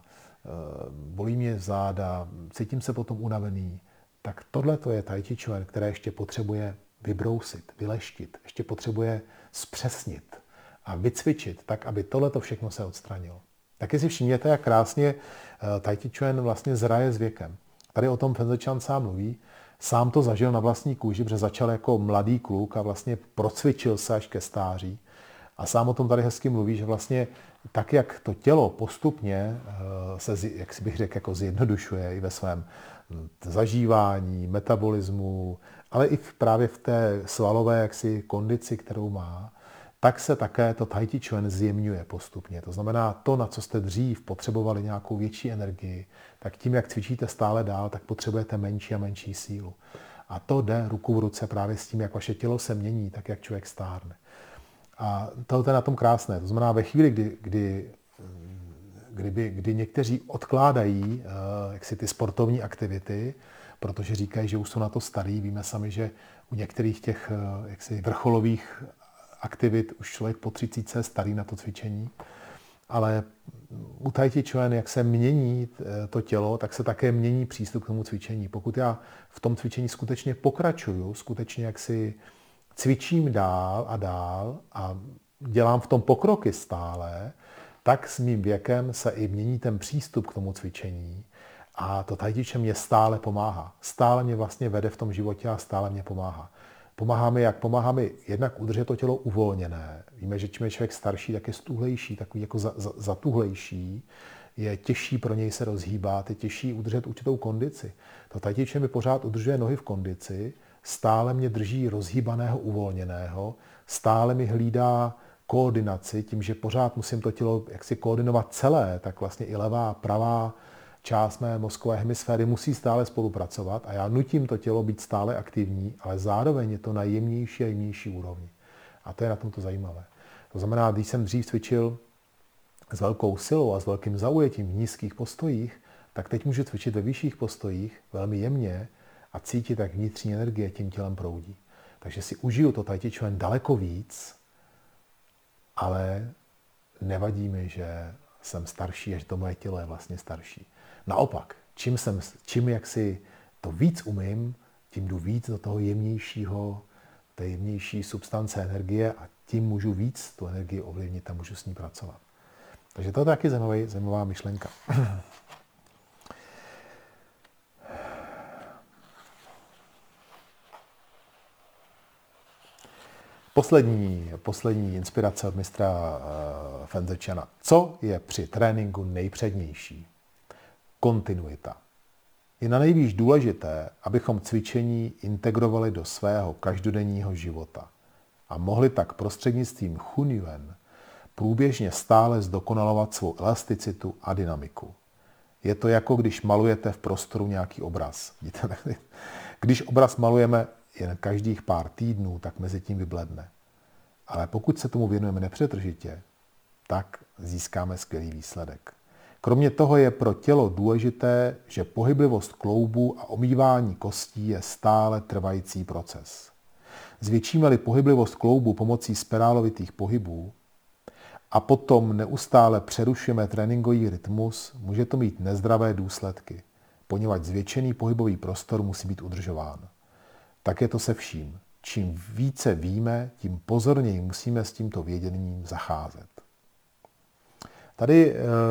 Speaker 1: bolí mě záda, cítím se potom unavený, tak tohleto je Tai Chi Chuan, které ještě potřebuje vybrousit, vyleštit, ještě potřebuje zpřesnit a vycvičit tak, aby tohleto všechno se odstranilo. Taky si všimněte, jak krásně Tai Chi Chuan vlastně zraje s věkem. Tady o tom Feng Chan sám mluví, sám to zažil na vlastní kůži, protože začal jako mladý kluk a vlastně procvičil se až ke stáří. A sám o tom tady hezky mluví, že vlastně tak, jak to tělo postupně se, jak bych řekl, jako zjednodušuje i ve svém zažívání, metabolismu, ale i právě v té svalové jaksi kondici, kterou má, tak se také to Tai Chi Chuan zjemňuje postupně. To znamená, to, na co jste dřív potřebovali nějakou větší energii, tak tím, jak cvičíte stále dál, tak potřebujete menší a menší sílu. A to jde ruku v ruce právě s tím, jak vaše tělo se mění, tak jak člověk stárne. A to je na tom krásné. To znamená, ve chvíli, kdy, kdy, kdy, kdy někteří odkládají jak si ty sportovní aktivity, protože říkají, že už jsou na to starý, víme sami, že u některých těch jaksi vrcholových aktivit už člověk po třicítce je starý na to cvičení, ale u Tai Chi Chuan, jak se mění to tělo, tak se také mění přístup k tomu cvičení. Pokud já v tom cvičení skutečně pokračuju, skutečně jak si cvičím dál a dál a dělám v tom pokroky stále, tak s mým věkem se i mění ten přístup k tomu cvičení a to Tai Chi Chuan mě stále pomáhá. Stále mě vlastně vede v tom životě a stále mě pomáhá. Pomáhá mi, jak pomáhá mi jednak udržet to tělo uvolněné. Víme, že čím je člověk starší, tak je stuhlejší, takový jako za, za, zatuhlejší. Je těžší pro něj se rozhýbat, je těžší udržet určitou kondici. To Tai Chi Chuan mi pořád udržuje nohy v kondici, stále mě drží rozhýbaného, uvolněného, stále mi hlídá koordinaci, tím, že pořád musím to tělo jaksi koordinovat celé, tak vlastně i levá, pravá část mé mozkové hemisféry musí stále spolupracovat a já nutím to tělo být stále aktivní, ale zároveň je to na jemnější a jemnější úrovni. A to je na tomto zajímavé. To znamená, když jsem dřív cvičil s velkou silou a s velkým zaujetím v nízkých postojích, tak teď můžu cvičit ve vyšších postojích velmi jemně a cítit, jak vnitřní energie tím tělem proudí. Takže si užiju to Tai Chi Chuan daleko víc, ale nevadí mi, že jsem starší a že to moje tělo je vlastně starší. Naopak, čím, jsem, čím jak si to víc umím, tím jdu víc do toho jemnějšího, té jemnější substance energie a tím můžu víc tu energii ovlivnit a můžu s ní pracovat. Takže to je taky zajímavá, zajímavá myšlenka. Poslední, poslední inspirace od mistra uh, Feng Chana. Co je při tréninku nejpřednější? Kontinuita. Je na nejvíc důležité, abychom cvičení integrovali do svého každodenního života a mohli tak prostřednictvím Hun Yuan průběžně stále zdokonalovat svou elasticitu a dynamiku. Je to jako když malujete v prostoru nějaký obraz. Když obraz malujeme jen každých pár týdnů, tak mezi tím vybledne. Ale pokud se tomu věnujeme nepřetržitě, tak získáme skvělý výsledek. Kromě toho je pro tělo důležité, že pohyblivost kloubu a omývání kostí je stále trvající proces. Zvětšíme-li pohyblivost kloubu pomocí spirálovitých pohybů a potom neustále přerušujeme tréninkový rytmus, může to mít nezdravé důsledky, poněvadž zvětšený pohybový prostor musí být udržován. Tak je to se vším. Čím více víme, tím pozorněji musíme s tímto věděním zacházet. Tady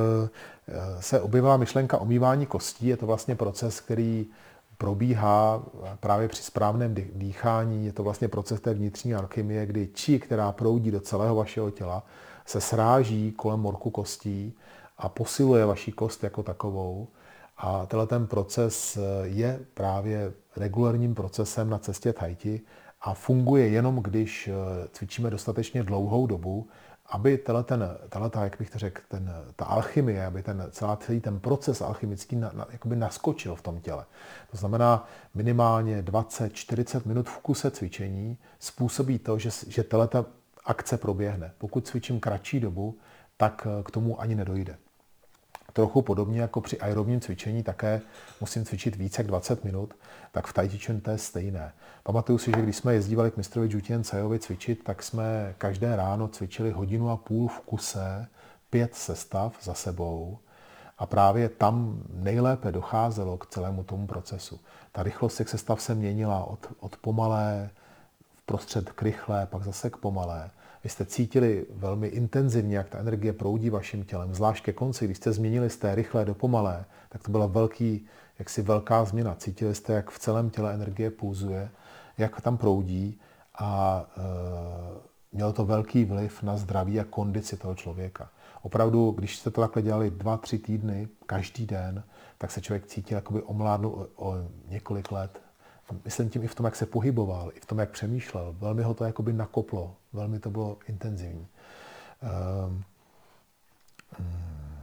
Speaker 1: se objevila myšlenka omývání kostí. Je to vlastně proces, který probíhá právě při správném dýchání. Je to vlastně proces té vnitřní alchymie, kdy či, která proudí do celého vašeho těla, se sráží kolem morku kostí a posiluje vaši kost jako takovou. A tenhle ten proces je právě regulárním procesem na cestě Tai Chi a funguje jenom, když cvičíme dostatečně dlouhou dobu, aby ten, tato, jak bych to řekl, ten, ta alchymie, aby ten, celá, celý ten proces alchymický na, na, jakoby naskočil v tom těle. To znamená minimálně dvacet čtyřicet minut v kuse cvičení způsobí to, že, že tato akce proběhne. Pokud cvičím kratší dobu, tak k tomu ani nedojde. Trochu podobně jako při aerobním cvičení také musím cvičit více jak dvacet minut, tak v Tai Chi Chuan to je stejné. Pamatuju si, že když jsme jezdívali k mistrovi Jutian Cajovi cvičit, tak jsme každé ráno cvičili hodinu a půl v kuse, pět sestav za sebou a právě tam nejlépe docházelo k celému tomu procesu. Ta rychlost těch sestav se měnila od, od pomalé, vprostřed k rychlé, pak zase k pomalé. Vy jste cítili velmi intenzivně, jak ta energie proudí vaším tělem, zvlášť ke konci, když jste změnili z té rychlé do pomalé, tak to byla velký, jaksi velká změna. Cítili jste, jak v celém těle energie pulzuje, jak tam proudí a e, mělo to velký vliv na zdraví a kondici toho člověka. Opravdu, když jste to takhle dělali dva, tři týdny, každý den, tak se člověk cítil jakoby omládnul o, o několik let. Myslím tím i v tom, jak se pohyboval, i v tom, jak přemýšlel. Velmi ho to jakoby nakoplo, velmi to bylo intenzivní. Um, um,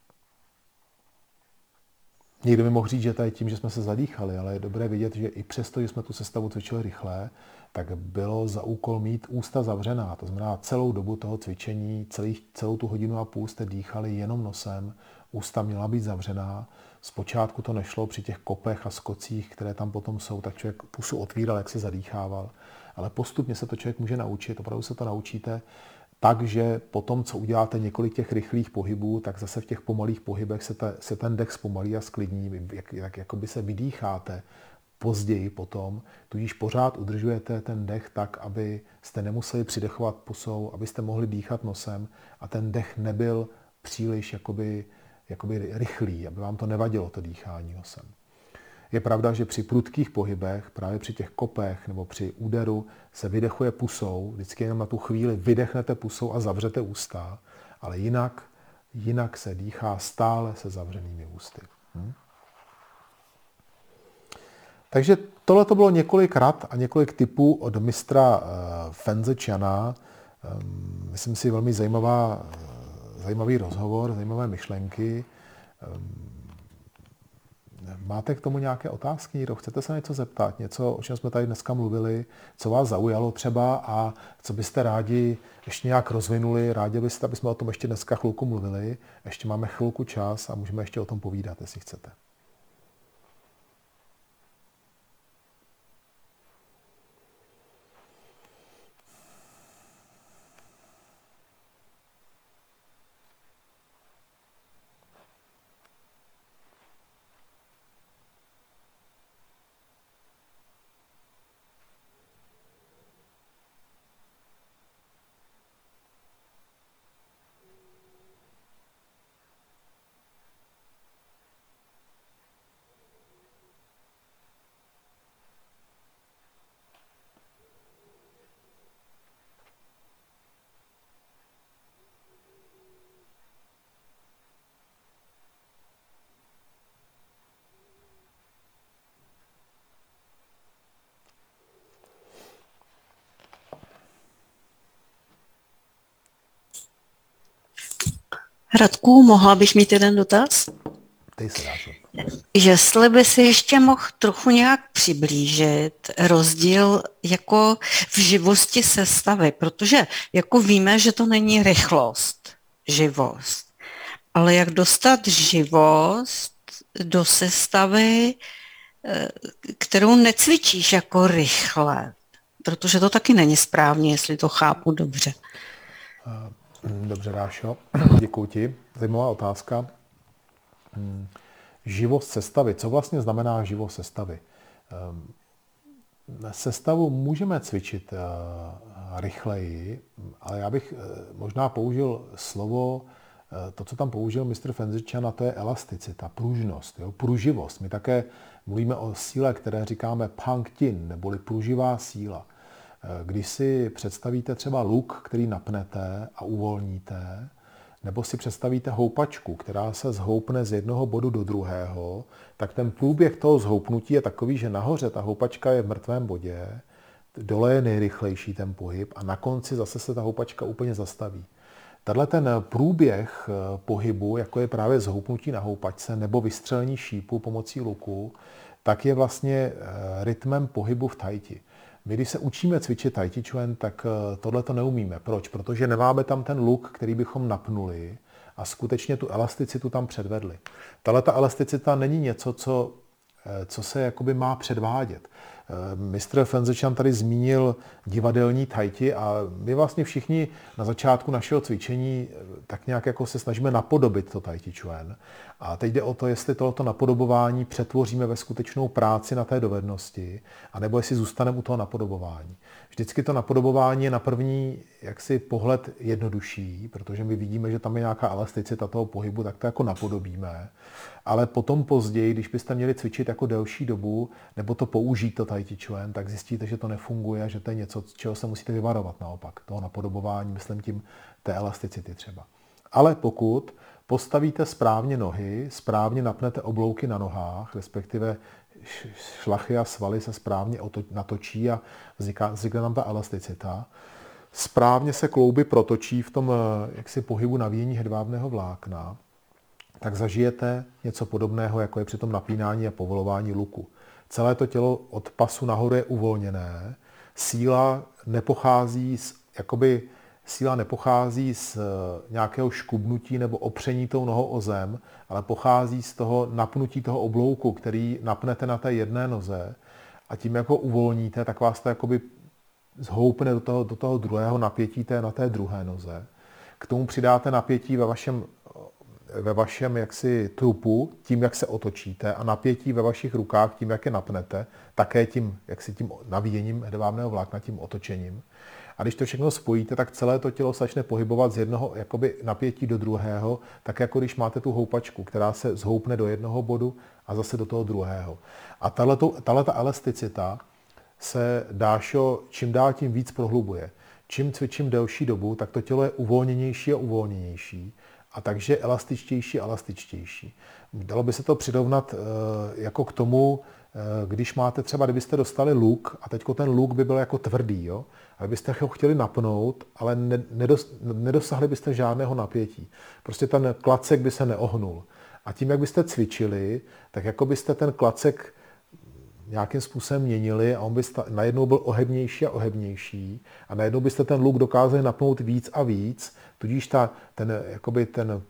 Speaker 1: někdo mi mohl říct, že to je tím, že jsme se zadýchali, ale je dobré vidět, že i přesto, že jsme tu sestavu cvičili rychle, tak bylo za úkol mít ústa zavřená. To znamená, celou dobu toho cvičení, celý, celou tu hodinu a půl jste dýchali jenom nosem, ústa měla být zavřená. Zpočátku to nešlo při těch kopech a skocích, které tam potom jsou, tak člověk pusu otvíral, jak se zadýchával. Ale postupně se to člověk může naučit, opravdu se to naučíte tak, že potom, co uděláte několik těch rychlých pohybů, tak zase v těch pomalých pohybech se, ta, se ten dech zpomalí a sklidní, jak, jak jakoby se vydýcháte později potom, tudíž pořád udržujete ten dech tak, aby jste nemuseli přidechovat pusou, abyste mohli dýchat nosem a ten dech nebyl příliš jakoby jakoby rychlý, aby vám to nevadilo, to dýchání nosem. Je pravda, že při prudkých pohybech, právě při těch kopech nebo při úderu se vydechuje pusou, vždycky jenom na tu chvíli vydechnete pusou a zavřete ústa, ale jinak, jinak se dýchá stále se zavřenými ústy. Hm? Takže tohle to bylo několik rad a několik tipů od mistra uh, Fenze Qiana. Um, myslím si velmi zajímavá Zajímavý rozhovor, zajímavé myšlenky. Máte k tomu nějaké otázky? Někdo? Chcete se něco zeptat? Něco, o čem jsme tady dneska mluvili, co vás zaujalo třeba a co byste rádi ještě nějak rozvinuli? Rádi byste, aby jsme o tom ještě dneska chvilku mluvili. Ještě máme chvilku čas a můžeme ještě o tom povídat, jestli chcete.
Speaker 2: Radku, mohla bych mít jeden dotaz?
Speaker 1: Ty se dáš.
Speaker 2: Jestli by si ještě mohl trochu nějak přiblížit rozdíl jako v živosti sestavy, protože jako víme, že to není rychlost, živost. Ale jak dostat živost do sestavy, kterou necvičíš jako rychle? Protože to taky není správně, jestli to chápu dobře.
Speaker 1: Dobře, Dášo, děkuji ti. Zajímavá otázka. Živost sestavy. Co vlastně znamená živost sestavy? Sestavu můžeme cvičit rychleji, ale já bych možná použil slovo, to, co tam použil mistr Fenzičan, a to je elasticita, pružnost, jo, pruživost. My také mluvíme o síle, které říkáme pangtin, neboli pruživá síla. Když si představíte třeba luk, který napnete a uvolníte, nebo si představíte houpačku, která se zhoupne z jednoho bodu do druhého, tak ten průběh toho zhoupnutí je takový, že nahoře ta houpačka je v mrtvém bodě, dole je nejrychlejší ten pohyb a na konci zase se ta houpačka úplně zastaví. Tenhle ten průběh pohybu, jako je právě zhoupnutí na houpačce nebo vystřelení šípu pomocí luku, tak je vlastně rytmem pohybu v tai chi. My, když se učíme cvičit tai chi chuan, tak tohle to neumíme. Proč? Protože nemáme tam ten luk, který bychom napnuli a skutečně tu elasticitu tam předvedli. Tahle ta elasticita není něco, co, co se jakoby má předvádět. Mistr Fenzičan tady zmínil divadelní tai chi a my vlastně všichni na začátku našeho cvičení tak nějak jako se snažíme napodobit to tai chi chuan. A teď jde o to, jestli tohoto napodobování přetvoříme ve skutečnou práci na té dovednosti, anebo jestli zůstaneme u toho napodobování. Vždycky to napodobování je na první jaksi pohled jednodušší, protože my vidíme, že tam je nějaká elasticita toho pohybu, tak to jako napodobíme. Ale potom později, když byste měli cvičit jako delší dobu, nebo to použít to tai chi chuan, tak zjistíte, že to nefunguje, že to je něco, čeho se musíte vyvarovat naopak. Toho napodobování, myslím tím té elasticity třeba. Ale pokud postavíte správně nohy, správně napnete oblouky na nohách, respektive šlachy a svaly se správně natočí a vzniká, vznikne tam ta elasticita, správně se klouby protočí v tom jaksi pohybu navíjení hedvábného vlákna, tak zažijete něco podobného, jako je při tom napínání a povolování luku. Celé to tělo od pasu nahoru je uvolněné, síla nepochází z, jakoby, síla nepochází z nějakého škubnutí nebo opření tou nohou o zem, ale pochází z toho napnutí toho oblouku, který napnete na té jedné noze a tím, jako uvolníte, tak vás to jakoby zhoupne do toho, do toho druhého napětí té na té druhé noze. K tomu přidáte napětí ve vašem ve vašem jaksi trupu, tím, jak se otočíte a napětí ve vašich rukách, tím, jak je napnete, také tím, jaksi tím navíjením hedvábného vlákna, tím otočením. A když to všechno spojíte, tak celé to tělo začne pohybovat z jednoho jakoby napětí do druhého, tak jako když máte tu houpačku, která se zhoupne do jednoho bodu a zase do toho druhého. A tato elasticita se, Dášo, čím dál tím víc prohlubuje. Čím cvičím delší dobu, tak to tělo je uvolněnější a uvolněnější. A takže elastičtější a elastičtější. Dalo by se to přirovnat e, jako k tomu, e, když máte třeba, kdybyste dostali luk a teď ten luk by byl jako tvrdý, jo? A byste ho chtěli napnout, ale ne, nedos, nedosahli byste žádného napětí. Prostě ten klacek by se neohnul. A tím, jak byste cvičili, tak jako byste ten klacek nějakým způsobem měnili a on by sta- najednou byl ohebnější a ohebnější a najednou byste ten luk dokázali napnout víc a víc, tudíž ta, ten, jakoby ten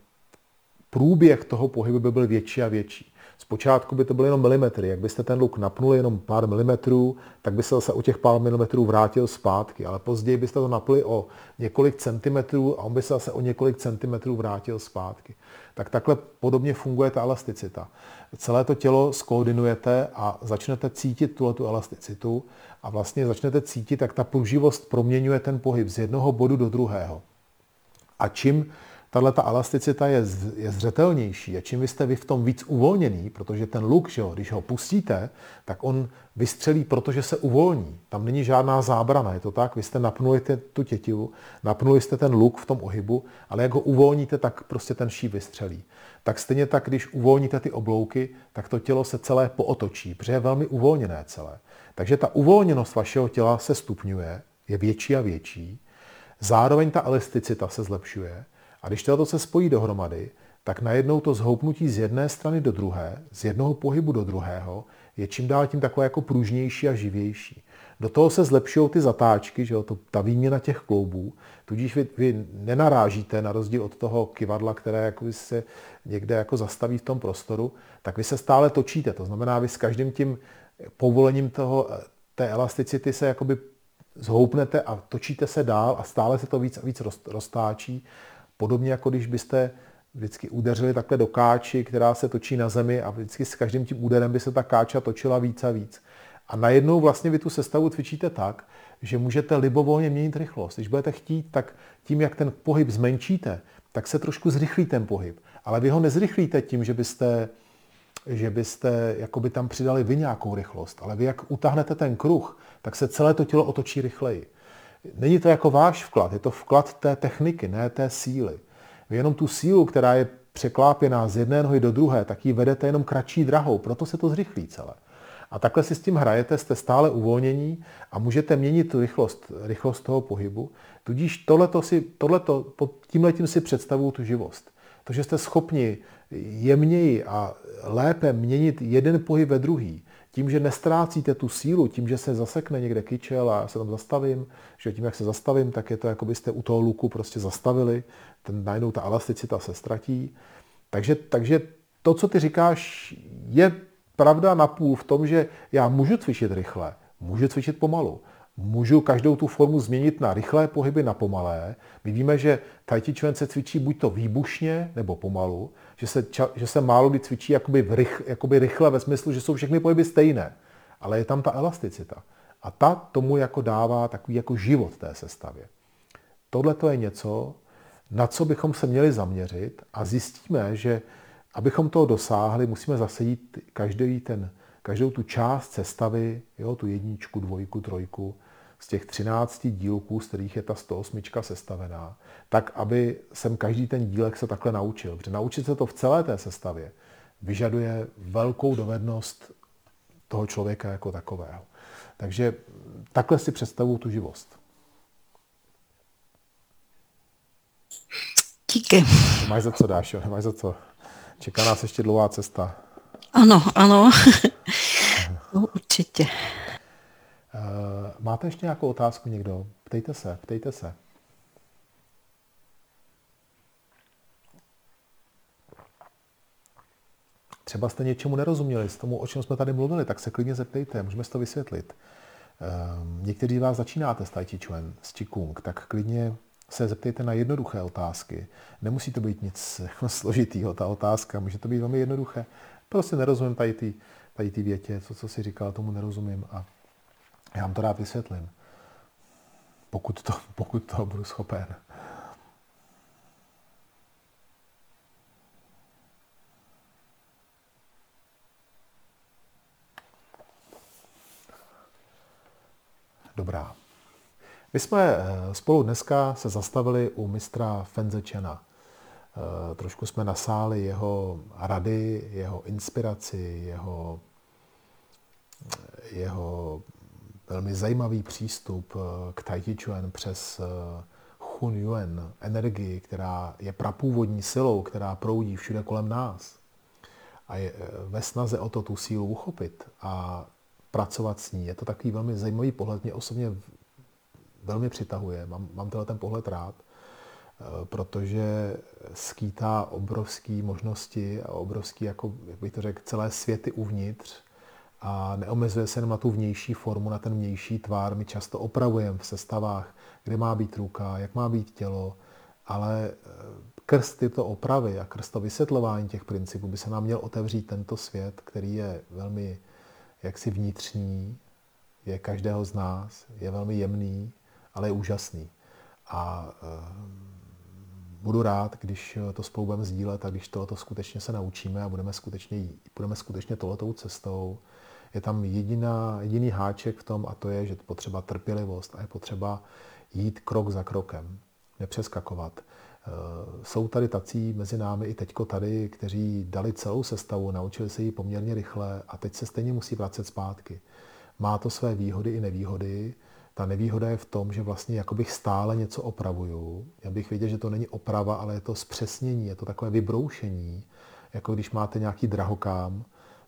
Speaker 1: průběh toho pohybu by byl větší a větší. Zpočátku by to byly jenom milimetry. Jak byste ten luk napnuli jenom pár milimetrů, tak by se zase o těch pár milimetrů vrátil zpátky, ale později byste to napli o několik centimetrů a on by se zase o několik centimetrů vrátil zpátky. Tak takhle podobně funguje ta elasticita. Celé to tělo skoordinujete a začnete cítit tuhletu elasticitu a vlastně začnete cítit, jak ta pruživost proměňuje ten pohyb z jednoho bodu do druhého. A čím tato elasticita je, je zřetelnější a čím vy jste vy v tom víc uvolněný, protože ten luk, že jo, když ho pustíte, tak on vystřelí, protože se uvolní. Tam není žádná zábrana, je to tak? Vy jste napnuli tu tětivu, napnuli jste ten luk v tom ohybu, ale jak ho uvolníte, tak prostě ten šíp vystřelí. Tak stejně tak, když uvolníte ty oblouky, tak to tělo se celé pootočí, protože je velmi uvolněné celé. Takže ta uvolněnost vašeho těla se stupňuje, je větší a větší, zároveň ta elasticita se zlepšuje. A když to se spojí dohromady, tak najednou to zhoupnutí z jedné strany do druhé, z jednoho pohybu do druhého, je čím dál tím takové jako pružnější a živější. Do toho se zlepšují ty zatáčky, že jo, to, ta výměna těch kloubů, tudíž vy, vy nenarážíte na rozdíl od toho kyvadla, které jako se někde jako zastaví v tom prostoru, tak vy se stále točíte. To znamená, vy s každým tím povolením toho, té elasticity se jakoby zhoupnete a točíte se dál a stále se to víc a víc roztáčí. Podobně jako když byste vždycky udeřili takhle do káči, která se točí na zemi a vždycky s každým tím úderem by se ta káča točila víc a víc. A najednou vlastně vy tu sestavu cvičíte tak, že můžete libovolně měnit rychlost. Když budete chtít, tak tím, jak ten pohyb zmenšíte, tak se trošku zrychlí ten pohyb. Ale vy ho nezrychlíte tím, že byste, že byste jakoby tam přidali vy nějakou rychlost. Ale vy jak utáhnete ten kruh, tak se celé to tělo otočí rychleji. Není to jako váš vklad, je to vklad té techniky, ne té síly. Vy jenom tu sílu, která je překlápěná z jedné nohy do druhé, tak ji vedete jenom kratší drahou, proto se to zrychlí celé. A takhle si s tím hrajete, jste stále uvolnění a můžete měnit rychlost, rychlost toho pohybu. Tudíž tohleto si, tohleto, pod tímhletím si představuju tu živost. To, že jste schopni jemněji a lépe měnit jeden pohyb ve druhý, tím, že nestrácíte tu sílu, tím, že se zasekne někde kyčel a já se tam zastavím, že tím, jak se zastavím, tak je to, jako byste u toho luku prostě zastavili, ten, najednou ta elasticita se ztratí. Takže, takže to, co ty říkáš, je pravda napůl v tom, že já můžu cvičit rychle, můžu cvičit pomalu. Můžu každou tu formu změnit na rychlé pohyby, na pomalé. My víme, že Tai Chi Chuan se cvičí buď to výbušně, nebo pomalu, že se, že se málo kdy cvičí jakoby, rych, jakoby rychle ve smyslu, že jsou všechny pohyby stejné, ale je tam ta elasticita. A ta tomu jako dává takový jako život té sestavě. Tohle to je něco, na co bychom se měli zaměřit a zjistíme, že abychom toho dosáhli, musíme zase jít každý ten, každou tu část sestavy, jo, tu jedničku, dvojku, trojku, z těch třinácti dílků, z kterých je ta sto osm sestavená, tak, aby jsem každý ten dílek se takhle naučil. Protože naučit se to v celé té sestavě vyžaduje velkou dovednost toho člověka jako takového. Takže takhle si představuju tu živost.
Speaker 2: Díky.
Speaker 1: Nemáš za co, Dášo, nemáš za co. Čeká nás ještě dlouhá cesta.
Speaker 2: Ano, ano. No, určitě.
Speaker 1: Máte ještě nějakou otázku někdo? Ptejte se, ptejte se. Třeba jste něčemu nerozuměli, z tomu, o čem jsme tady mluvili, tak se klidně zeptejte, můžeme si to vysvětlit. Někteří z vás začínáte s Tai Chi Chuan, s Qigong, tak klidně se zeptejte na jednoduché otázky. Nemusí to být nic složitýho, ta otázka, může to být velmi jednoduché. Prostě nerozumím tady ty, tady ty větě, co, co si říkal, tomu nerozumím a já vám to rád vysvětlím, pokud to, pokud to budu schopen. Dobrá. My jsme spolu dneska se zastavili u mistra Fenze Chena. Trošku jsme nasáli jeho rady, jeho inspiraci, jeho, jeho velmi zajímavý přístup k Tai Chi Chuan přes Hun Yuan, energii, která je prapůvodní silou, která proudí všude kolem nás. A je ve snaze o to tu sílu uchopit a pracovat s ní. Je to takový velmi zajímavý pohled, mě osobně velmi přitahuje. Mám, mám tenhle ten pohled rád, protože skýtá obrovské možnosti a obrovský, jako, jak bych to řekl, celé světy uvnitř a neomezuje se jenom na tu vnější formu, na ten vnější tvár. My často opravujeme v sestavách, kde má být ruka, jak má být tělo, ale krz tyto opravy a krz to vysvětlování těch principů by se nám měl otevřít tento svět, který je velmi jaksi vnitřní, je každého z nás, je velmi jemný, ale je úžasný. A e, budu rád, když to spolu budeme sdílet a když tohoto skutečně se naučíme a budeme skutečně, budeme skutečně tohletou cestou. Je tam jediná, jediný háček v tom a to je, že je potřeba trpělivost a je potřeba jít krok za krokem, nepřeskakovat. Jsou tady tací mezi námi i teďko tady, kteří dali celou sestavu, naučili se ji poměrně rychle a teď se stejně musí vracet zpátky. Má to své výhody i nevýhody. Ta nevýhoda je v tom, že vlastně jakoby stále něco opravuju. Já bych věděl, že to není oprava, ale je to zpřesnění, je to takové vybroušení, jako když máte nějaký drahokám,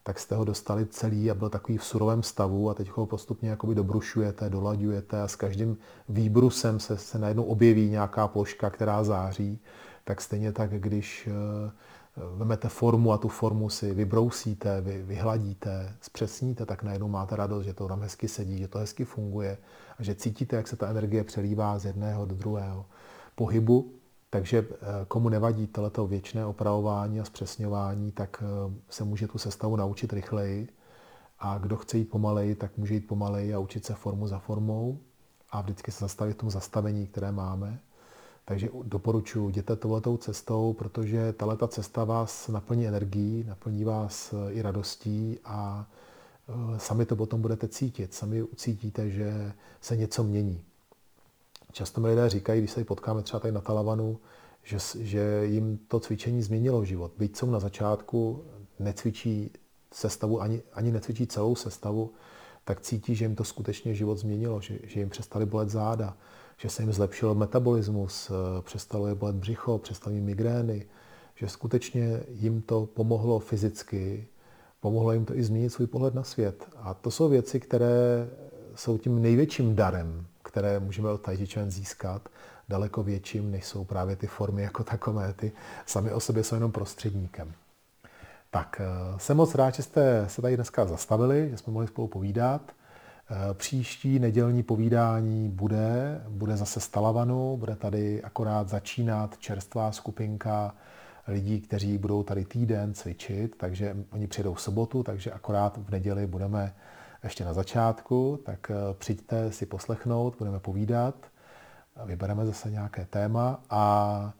Speaker 1: tak jste ho dostali celý a byl takový v surovém stavu a teď ho postupně jakoby dobrušujete, dolaďujete a s každým výbrusem se, se najednou objeví nějaká ploška, která září. Tak stejně tak, když vemete formu a tu formu si vybrousíte, vy, vyhladíte, zpřesníte, tak najednou máte radost, že to tam hezky sedí, že to hezky funguje a že cítíte, jak se ta energie přelívá z jedného do druhého pohybu. Takže komu nevadí tohleto věčné opravování a zpřesňování, tak se může tu sestavu naučit rychleji. A kdo chce jít pomaleji, tak může jít pomaleji a učit se formu za formou a vždycky se zastavit v tom zastavení, které máme. Takže doporučuji, jděte touhletou cestou, protože tahleta cesta vás naplní energií, naplní vás i radostí a sami to potom budete cítit. Sami ucítíte, že se něco mění. Často mi lidé říkají, když se potkáme třeba tady na Talavanu, že, že jim to cvičení změnilo život. Byť jsou na začátku, necvičí sestavu, ani, ani necvičí celou sestavu, tak cítí, že jim to skutečně život změnilo, že, že jim přestali bolet záda, že se jim zlepšil metabolismus, přestalo je bolet břicho, přestali jim migrény, že skutečně jim to pomohlo fyzicky, pomohlo jim to i změnit svůj pohled na svět. A to jsou věci, které jsou tím největším darem, které můžeme od Tai Chi Chuan získat, daleko větším, než jsou právě ty formy jako takové. Ty sami o sobě jsou jenom prostředníkem. Tak jsem moc rád, že jste se tady dneska zastavili, že jsme mohli spolu povídat. Příští nedělní povídání bude, bude zase z Talavanu, bude tady akorát začínat čerstvá skupinka lidí, kteří budou tady týden cvičit, takže oni přijedou v sobotu, takže akorát v neděli budeme ještě na začátku, tak přijďte si poslechnout, budeme povídat, vybereme zase nějaké téma a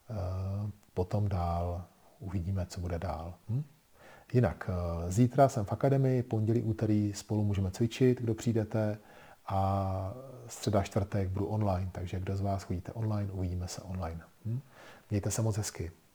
Speaker 1: potom dál uvidíme, co bude dál. Hm? Jinak, zítra jsem v akademii, pondělí, úterý spolu můžeme cvičit, kdo přijdete, a středa, čtvrtek budu online, takže kdo z vás chodíte online, uvidíme se online. Hm? Mějte se moc hezky.